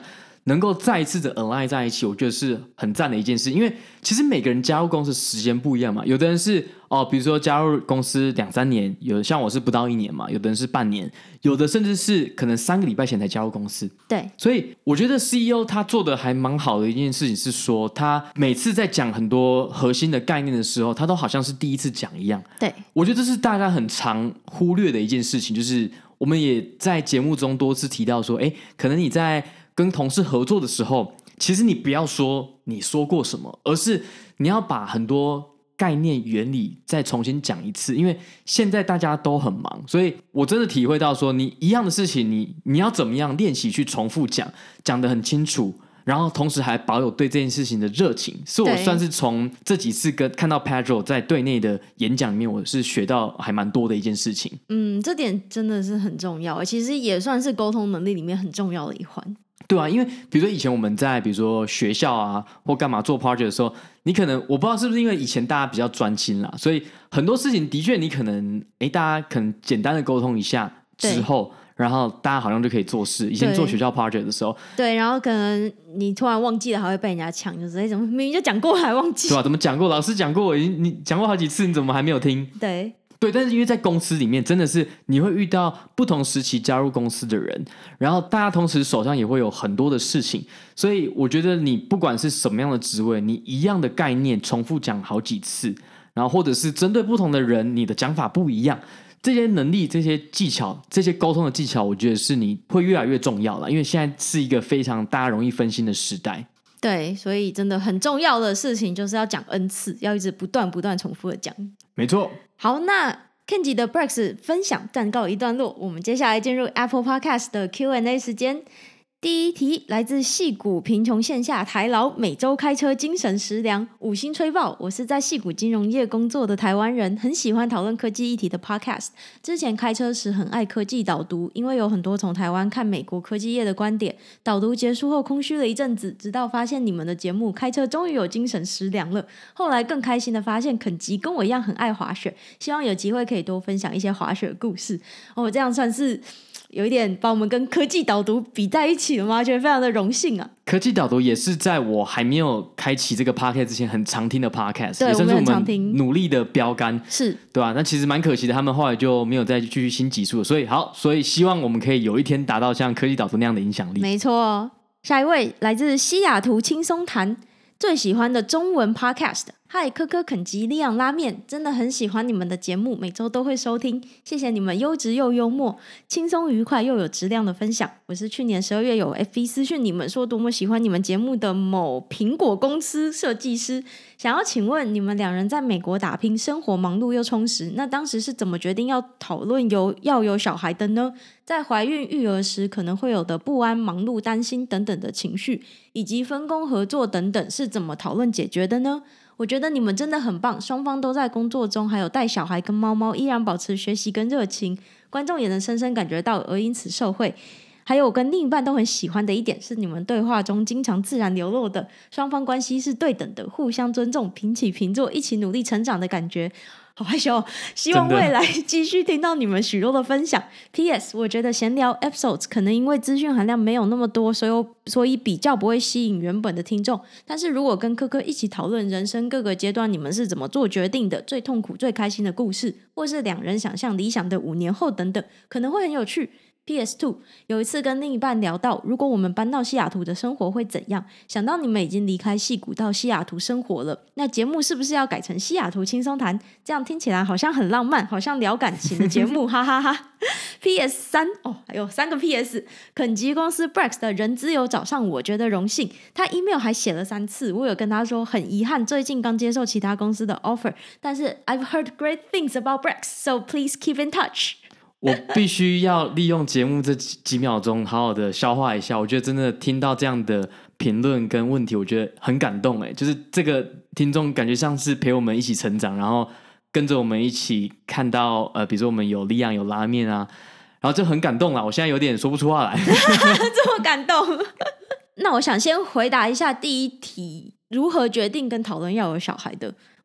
能够再一次的 align 在一起，我觉得是很赞的一件事。因为其实每个人加入公司的时间不一样嘛，有的人是哦，比如说加入公司两三年，有的像我是不到一年嘛，有的人是半年，有的甚至是可能三个礼拜前才加入公司。 对， 所以我觉得 C E O 他做的还蛮好的一件事情是说，他每次在讲很多核心的概念的时候，他都好像是第一次讲一样。 对， 我觉得这是大家很常忽略的一件事情，就是我们也在节目中多次提到说，哎，可能你在跟同事合作的时候，其实你不要说你说过什么，而是你要把很多概念原理再重新讲一次。因为现在大家都很忙，所以我真的体会到说，你一样的事情，你你要怎么样练习去重复讲，讲得很清楚，然后同时还保有对这件事情的热情，是我算是从这几次跟看到 Pedro 在队内的演讲里面，我是学到还蛮多的一件事情。 嗯，这点真的是很重要，其实也算是沟通能力里面很重要的一环。 对啊，因为比如说以前我们在比如说学校啊或干嘛做 project 的时候，你可能我不知道是不是因为以前大家比较专心啦，所以很多事情的确你可能哎，大家可能简单的沟通一下之后，然后大家好像就可以做事。以前做学校 project 的时候， 对，然后可能你突然忘记了，还会被人家抢，就是哎，怎么明明就讲过还忘记？ 对吧、啊？怎么讲过？老师讲过，你讲过好几次，你怎么还没有听？ 对。 对，但是因为在公司里面真的是你会遇到不同时期加入公司的人，然后大家同时手上也会有很多的事情，所以我觉得你不管是什么样的职位，你一样的概念重复讲好几次，然后或者是针对不同的人你的讲法不一样，这些能力这些技巧这些沟通的技巧，我觉得是你会越来越重要了。因为现在是一个非常大家容易分心的时代。 对，所以真的很重要的事情就是要讲 N 次，要一直不断不断重复的讲。 没错。 好，那 Kenji 的 Brex 分享暂告一段落，我们接下来进入 Apple Podcast 的 Q and A 时间。第一题来自矽谷贫穷线下台劳，每周开车精神食粮，五星吹爆。我是在矽谷金融业工作的台湾人，很喜欢讨论科技议题的 podcast。之前开车时很爱科技导读，因为有很多从台湾看美国科技业的观点。导读结束后空虚了一阵子，直到发现你们的节目，开车终于有精神食粮了。后来更开心的发现肯吉跟我一样很爱滑雪，希望有机会可以多分享一些滑雪故事。哦，这样算是有一点把我们跟科技导读比在一起了吗？觉得非常的荣幸啊。 科技导读也是在我还没有开启这个 podcast 之前很常听的 podcast， 对， 也算是我们听努力的标杆， 是对吧、啊？那其实蛮可惜的，他们后来就没有再继续新集数了。所以好，所以希望我们可以有一天达到像科技导读那样的影响力。 没错。下一位来自西雅图轻松谈，最喜欢的中文 podcast。嗨，科科肯吉利昂拉面，真的很喜欢你们的节目，每周都会收听，谢谢你们优质又幽默、轻松愉快又有质量的分享。我是去年十二月有 F B 私讯你们说多么喜欢你们节目的某苹果公司设计师，想要请问你们两人在美国打拼，生活忙碌又充实，那当时是怎么决定要讨论有要有小孩的呢？在怀孕育儿时可能会有的不安、忙碌、担心等等的情绪，以及分工合作等等是怎么讨论解决的呢？我觉得你们真的很棒，双方都在工作中还有带小孩跟猫猫依然保持学习跟热情，观众也能深深感觉到而因此受惠。还有我跟另一半都很喜欢的一点是你们对话中经常自然流露的双方关系是对等的，互相尊重，平起平坐，一起努力成长的感觉。好害羞，希望未来继续听到你们许多的分享。P S 我觉得闲聊 episodes 可能因为资讯含量没有那么多，所以所以比较不会吸引原本的听众，但是如果跟科科一起讨论人生各个阶段你们是怎么做决定的，最痛苦最开心的故事，或是两人想象理想的五年后等等，可能会很有趣。P S 二 有一次跟另一半聊到如果我们搬到西雅图的生活会怎样，想到你们已经离开矽谷到西雅图生活了，那节目是不是要改成西雅图轻松谈，这样听起来好像很浪漫，好像聊感情的节目哈哈哈。P S 三 哦，还有三个 P S。 肯吉公司 Brex 的人资有找上我，觉得荣幸，他 email 还写了三次，我有跟他说很遗憾最近刚接受其他公司的 offer， 但是 I've heard great things about Brex, so please keep in touch。 我必须要利用节目这几秒钟好好的消化一下，我觉得真的听到这样的评论跟问题，我觉得很感动耶，就是这个听众感觉像是陪我们一起成长，然后跟着我们一起看到呃，比如说我们有利昂有拉面啊，然后就很感动啦，我现在有点说不出话来这么感动那我想先回答一下第一题，如何决定跟讨论要有小孩的。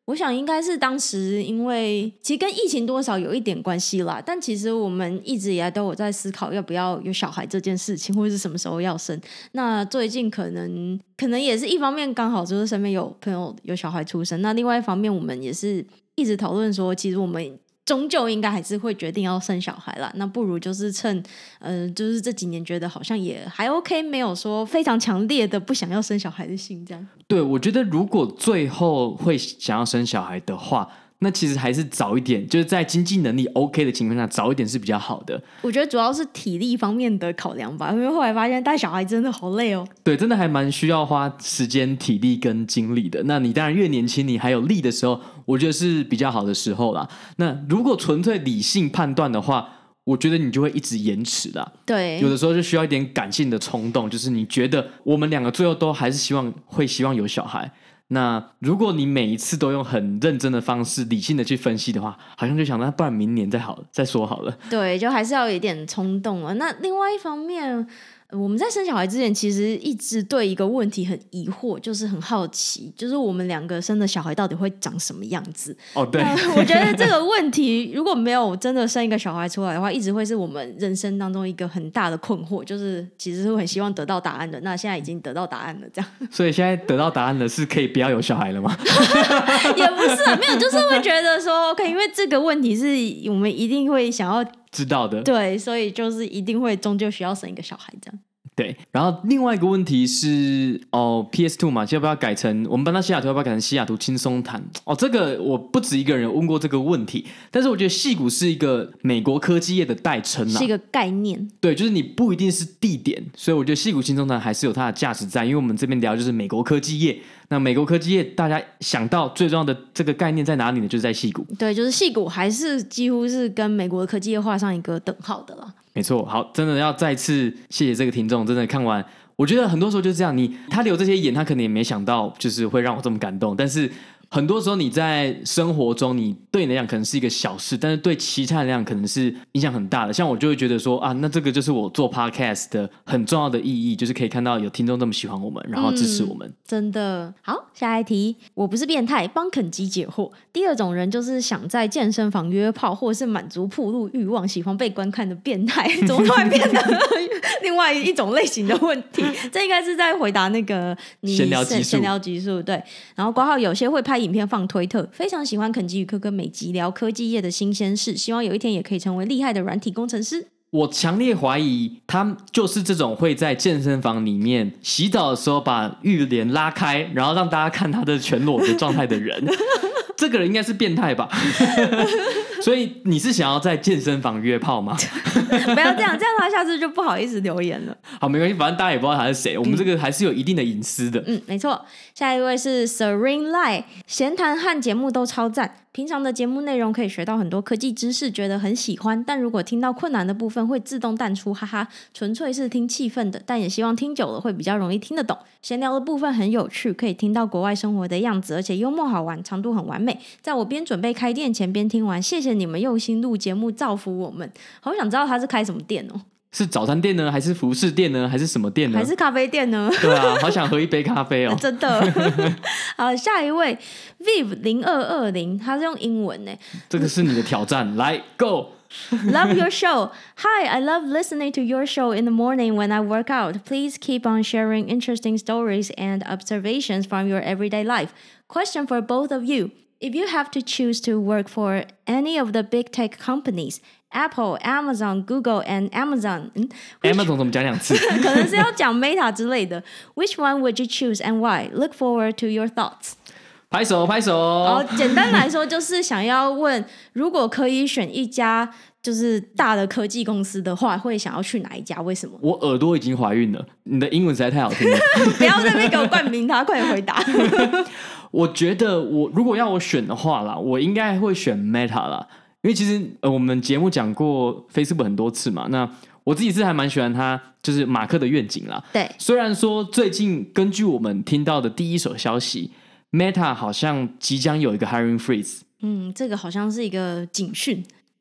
我想应该是当时因为其实跟疫情多少有一点关系啦，但其实我们一直以来都有在思考要不要有小孩这件事情，或者是什么时候要生。那最近可能可能也是一方面刚好就是身边有朋友有小孩出生，那另外一方面我们也是一直讨论说其实我们终究应该还是会决定要生小孩啦，那不如就是趁呃，就是这几年觉得好像也还 OK， 没有说非常强烈的不想要生小孩的心这样。 对，我觉得如果最后会想要生小孩的话，那其实还是早一点，就是在经济能力 OK 的情况下早一点是比较好的。 我觉得主要是体力方面的考量吧，因为后来发现带小孩真的好累哦。 对，真的还蛮需要花时间、体力跟精力的。那你当然越年轻，你还有力的时候，我觉得是比较好的时候啦。那如果纯粹理性判断的话，我觉得你就会一直延迟啦。 对， 有的时候就需要一点感性的冲动，就是你觉得我们两个最后都还是希望会希望有小孩。那如果你每一次都用很认真的方式理性的去分析的话，好像就想那不然明年再好再说好了。 对，就还是要有一点冲动了。那另外一方面，我们在生小孩之前其实一直对一个问题很疑惑，就是很好奇，就是我们两个生的小孩到底会长什么样子。 哦，对， 我觉得这个问题如果没有真的生一个小孩出来的话，一直会是我们人生当中一个很大的困惑，就是其实是很希望得到答案的，那现在已经得到答案了这样。 所以现在得到答案了，是可以不要有小孩了吗？ 也不是啊，没有，就是会觉得说 OK， 因为这个问题是我们一定会想要知道的， 对，所以就是一定会终究需要生一个小孩这样。 对，然后另外一个问题是哦 ，P S 二 嘛，要不要改成我们搬到西雅图，要不要改成西雅图轻松谈？哦，这个我不止一个人问过这个问题，但是我觉得矽谷是一个美国科技业的代称啦， 是一个概念。 对，就是你不一定是地点，所以我觉得矽谷轻松谈还是有它的价值在，因为我们这边聊就是美国科技业。那美国科技业大家想到最重要的这个概念在哪里呢？就是在矽谷。 对，就是矽谷还是几乎是跟美国的科技业画上一个等号的啦。 没错，好，真的要再次谢谢这个听众，真的看完，我觉得很多时候就是这样，你他留这些言，他可能也没想到，就是会让我这么感动，但是很多时候你在生活中，你对你来讲可能是一个小事，但是对其他人来讲可能是影响很大的。像我就会觉得说啊，那这个就是我做 podcast 的很重要的意义，就是可以看到有听众这么喜欢我们，然后支持我们。嗯、 真的好，下一题，我不是变态，帮肯基解惑。第二种人就是想在健身房约炮，或是满足暴露欲望、喜欢被观看的变态。怎么突然变得另外一种类型的问题？这应该是在回答那个你闲聊集数， 闲聊集数对。然后括号有些会拍影片放推特，非常喜欢肯基与科科每集聊科技业的新鲜事，希望有一天也可以成为厉害的软体工程师。 我强烈怀疑他就是这种会在健身房里面洗澡的时候把浴帘拉开，然后让大家看他的全裸的状态的人。这个人应该是变态吧？所以你是想要在健身房约炮吗？ 不要这样，这样他下次就不好意思留言了。 好，没关系，反正大家也不知道他是谁，我们这个还是有一定的隐私的。 嗯，没错。下一位是 Serene Lai， 闲谈和节目都超赞。平常的节目内容可以学到很多科技知识，觉得很喜欢，但如果听到困难的部分会自动淡出，哈哈，纯粹是听气氛的，但也希望听久了会比较容易听得懂。闲聊的部分很有趣，可以听到国外生活的样子，而且幽默好玩，长度很完美。在我边准备开店前边听完，谢谢你们用心录节目，造福我们。好想知道他是开什么店哦。 是早餐店呢，还是服饰店呢，还是什么店呢？ 还是咖啡店呢？ 对啊，好想喝一杯咖啡哦。 真的。好，下一位 Viv 零二二零，他是用英文呢。 这个是你的挑战，来 Go。 Love your show. Hi, I love listening to your show in the morning when I work out. Please keep on sharing interesting stories and observations from your everyday life. Question for both of you. If you have to choose to work for any of the big tech companies, Apple, Amazon, Google, and Amazon. Amazon 怎么讲两次？ 可能是要讲 Meta 之类的。Which one would you choose and why? Look forward to your thoughts. 拍手拍手。 哦，简单来说就是想要问，如果可以选一家就是大的科技公司的话，会想要去哪一家？为什么？ 我耳朵已经怀孕了，你的英文实在太好听了。 不要在那边给我冠名他，快点回答。 我觉得我如果要我选的话啦，我应该会选 Meta 啦。因为其实、呃、我们节目讲过 Facebook 很多次嘛，那我自己是还蛮喜欢他就是马克的愿景啦。 对， 虽然说最近根据我们听到的第一手消息 Meta 好像即将有一个 hiring freeze。 嗯，这个好像是一个警讯。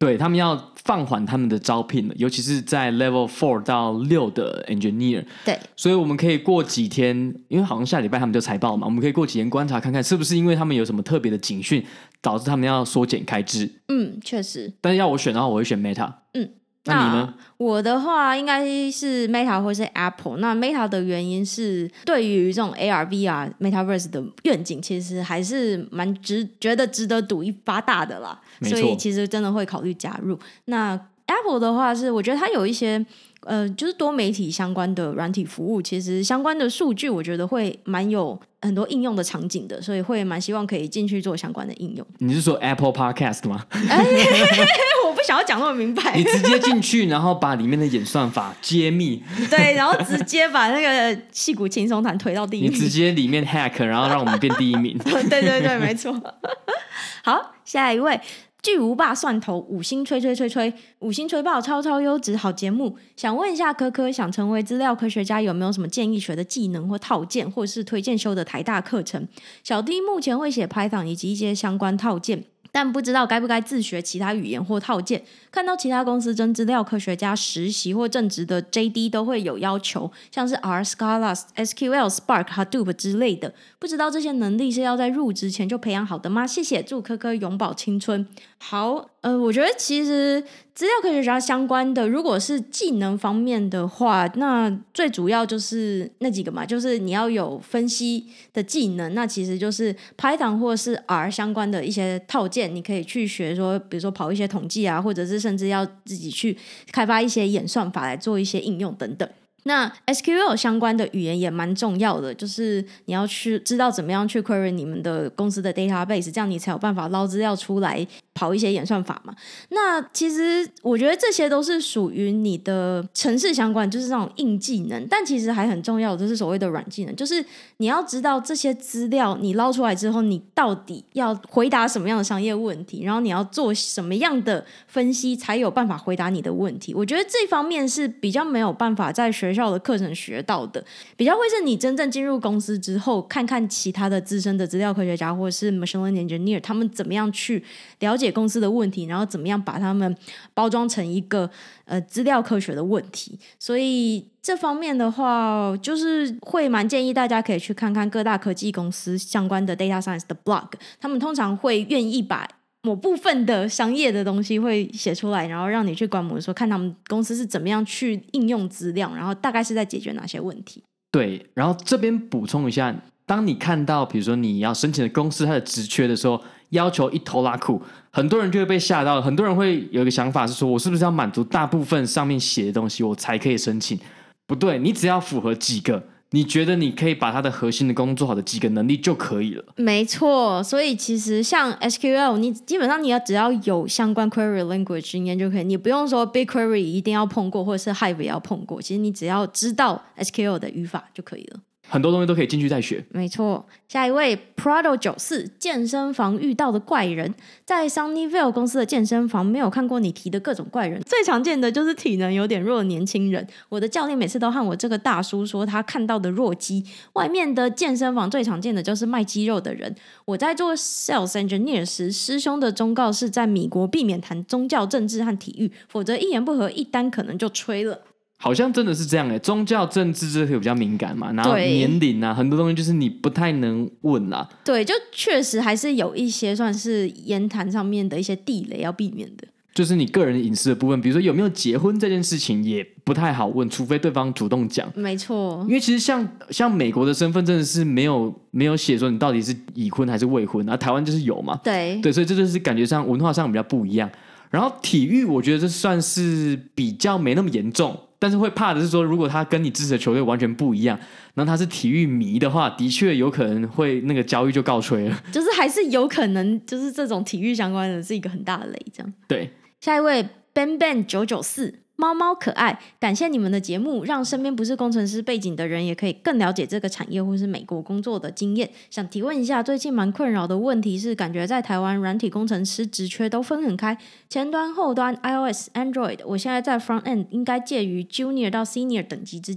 对，他们要放缓他们的招聘了，尤其是在 level four 到六的 engineer。 对， 所以我们可以过几天，因为好像下礼拜他们就财报嘛，我们可以过几天观察看看，是不是因为他们有什么特别的警讯，导致他们要缩减开支。 嗯，确实。 但是要我选的话，我会选 Meta。 嗯。 那你呢？ 我的话应该是 Meta 或是 Apple。那 Meta 的原因是对于这种 A R V R Metaverse 的愿景，其实还是蛮值觉得值得赌一发大的啦，所以其实真的会考虑加入。那 Apple 的话是我觉得它有一些呃，就是多媒体相关的软体服务，其实相关的数据我觉得会蛮有很多应用的场景的，所以会蛮希望可以进去做相关的应用。 你是说 Apple Podcast 吗？ 我不想要讲那么明白。 你直接进去，然后把里面的演算法揭秘， 对，然后直接把那个矽谷轻松谈推到第一名。 你直接里面 hack， 然后让我们变第一名。 对对对，没错。好，下一位。巨无霸蒜头五星吹吹吹吹，五星吹爆超超优质好节目。想问一下科科，想成为资料科学家有没有什么建议学的技能或套件，或是推荐修的台大课程？小弟目前会写 Python 以及一些相关套件，但不知道该不该自学其他语言或套件。看到其他公司征资料科学家实习或正职的 J D 都会有要求，像是 R、Scala、S Q L、Spark、Hadoop 之类的，不知道这些能力是要在入职前就培养好的吗？谢谢，祝科科永葆青春。好，呃，我觉得其实资料科学家相关的，如果是技能方面的话，那最主要就是那几个嘛，就是你要有分析的技能，那其实就是 Python 或是 R 相关的一些套件，你可以去学说，比如说跑一些统计啊，或者是甚至要自己去开发一些演算法来做一些应用等等。那 S Q L 相关的语言也蛮重要的，就是你要去知道怎么样去 query 你们的公司的 database， 这样你才有办法捞资料出来跑一些演算法嘛。那其实我觉得这些都是属于你的程式相关，就是那种硬技能，但其实还很重要的就是所谓的软技能，就是你要知道这些资料你捞出来之后，你到底要回答什么样的商业问题，然后你要做什么样的分析才有办法回答你的问题。我觉得这方面是比较没有办法在学校的课程学到的，比较会是你真正进入公司之后，看看其他的资深的资料科学家或者是 machine learning engineer 他们怎么样去了解公司的问题，然后怎么样把他们包装成一个呃资料科学的问题。所以这方面的话，就是会蛮建议大家可以去看看各大科技公司相关的 data science 的 blog， 他们通常会愿意把某部分的商业的东西会写出来，然后让你去观摩说看他们公司是怎么样去应用资料，然后大概是在解决哪些问题。 对，然后这边补充一下，当你看到比如说你要申请的公司它的职缺的时候，要求一头拉苦，很多人就会被吓到，很多人会有一个想法是说，我是不是要满足大部分上面写的东西我才可以申请？不对，你只要符合几个你觉得你可以把它的核心的工作好的几个能力就可以了。 没错，所以其实像 S Q L 你基本上你要只要有相关 query language 经验就可以，你不用说 BigQuery 一定要碰过或者是 Hive 也要碰过，其实你只要知道 S Q L 的语法就可以了， 很多东西都可以进去再学。 没错。下一位 Prado 九四，健身房遇到的怪人。在 Sunnyvale 公司的健身房没有看过你提的各种怪人，最常见的就是体能有点弱的年轻人。我的教练每次都和我这个大叔说他看到的弱鸡。外面的健身房最常见的就是卖肌肉的人。我在做 sales engineer 时，师兄的忠告是在米国避免谈宗教政治和体育，否则一言不合一单可能就吹了。 好像真的是这样耶，宗教政治这个比较敏感嘛，然后年龄啊，很多东西就是你不太能问啦。 对，就确实还是有一些算是言谈上面的一些地雷要避免的。 就是你个人隐私的部分，比如说有没有结婚这件事情也不太好问，除非对方主动讲。 没错， 因为其实像像美国的身份真的是没有没有写说你到底是已婚还是未婚，而台湾就是有嘛。 对对，所以这就是感觉上文化上比较不一样。然后体育我觉得这算是比较没那么严重，但是会怕的是说如果他跟你支持的球队完全不一样，然后他是体育迷的话，的确有可能会那个交易就告吹了， 就是还是有可能就是这种体育相关的是一个很大的雷这样。 对， 下一位 Ben Ben 九九四，猫猫可爱，感谢你们的节目，让身边不是工程师背景的人也可以更了解这个产业或是美国工作的经验。想提问一下，最近蛮困扰的问题是，感觉在台湾软体工程师职缺都分很开，前端、后端、iOS、Android， 我现在在 front end 应该介于 junior 到 senior 等级之间，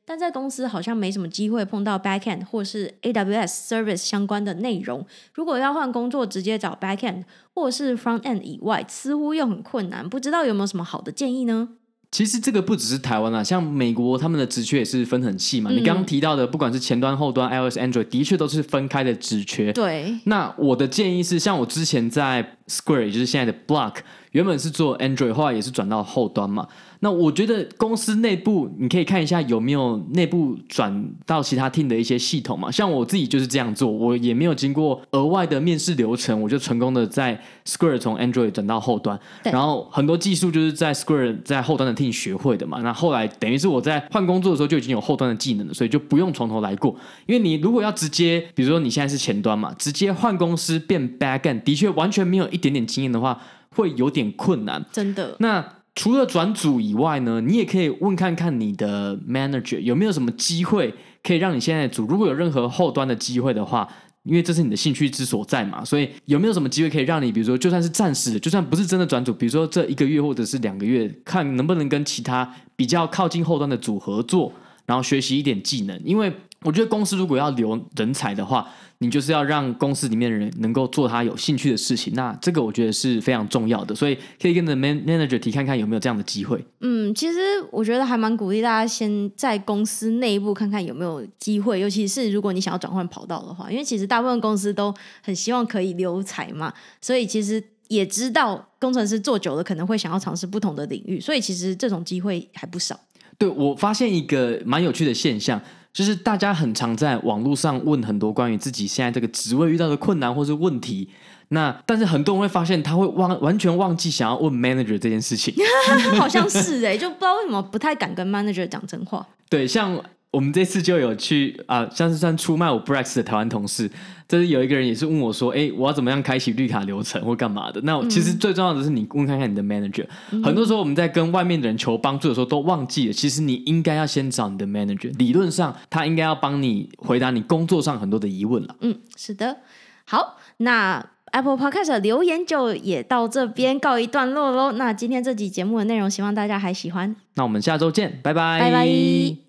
但在公司好像没什么机会碰到 backend 或是 A W S service 相关的内容。如果要换工作，直接找 backend 或是 frontend 以外，似乎又很困难，不知道有没有什么好的建议呢？ 其实这个不只是台湾啦，像美国他们的职缺也是分很细嘛。嗯、你刚刚提到的，不管是前端、后端、iOS、Android， 的确都是分开的职缺。 对。 那我的建议是，像我之前在 Square， 也就是现在的 Block， 原本是做 Android， 后来也是转到后端嘛。那我觉得公司内部你可以看一下有没有内部转到其他 team 的一些系统嘛。像我自己就是这样做，我也没有经过额外的面试流程，我就成功的在 Square 从 Android 转到后端。然后很多技术就是在 Square 在后端的 team 学会的嘛。那后来等于是我在换工作的时候就已经有后端的技能了，所以就不用从头来过。因为你如果要直接，比如说你现在是前端嘛，直接换公司变 backend， 的确完全没有一点点经验的话，会有点困难。 真的。 那除了转组以外呢，你也可以问看看你的 manager 有没有什么机会可以让你现在的组，如果有任何后端的机会的话，因为这是你的兴趣之所在嘛，所以有没有什么机会可以让你，比如说就算是暂时的，就算不是真的转组，比如说这一个月或者是两个月，看能不能跟其他比较靠近后端的组合作，然后学习一点技能。因为我觉得公司如果要留人才的话，你就是要让公司里面的人能够做他有兴趣的事情，那这个我觉得是非常重要的，所以可以跟你的 manager 提看看有没有这样的机会。 嗯，其实我觉得还蛮鼓励大家先在公司内部看看有没有机会，尤其是如果你想要转换跑道的话，因为其实大部分公司都很希望可以留才嘛，所以其实也知道工程师做久了可能会想要尝试不同的领域，所以其实这种机会还不少。 对，我发现一个蛮有趣的现象，就是大家很常在网络上问很多关于自己现在这个职位遇到的困难或是问题，那但是很多人会发现他会忘完全忘记想要问 manager 这件事情。 好像是耶，就不知道为什么不太敢跟 manager 讲真话。 对，像我们这次就有去啊，像是算出卖我 Brex 的台湾同事，就是有一个人也是问我说，哎，我要怎么样开启绿卡流程或干嘛的。那其实最重要的是你问看看你的 manager、嗯、很多时候我们在跟外面的人求帮助的时候都忘记了，其实你应该要先找你的 manager， 理论上他应该要帮你回答你工作上很多的疑问了。 嗯，是的。好，那Apple Podcast 的留言就也到这边告一段落咯。那今天这集节目的内容希望大家还喜欢， 那我们下周见，拜拜拜拜。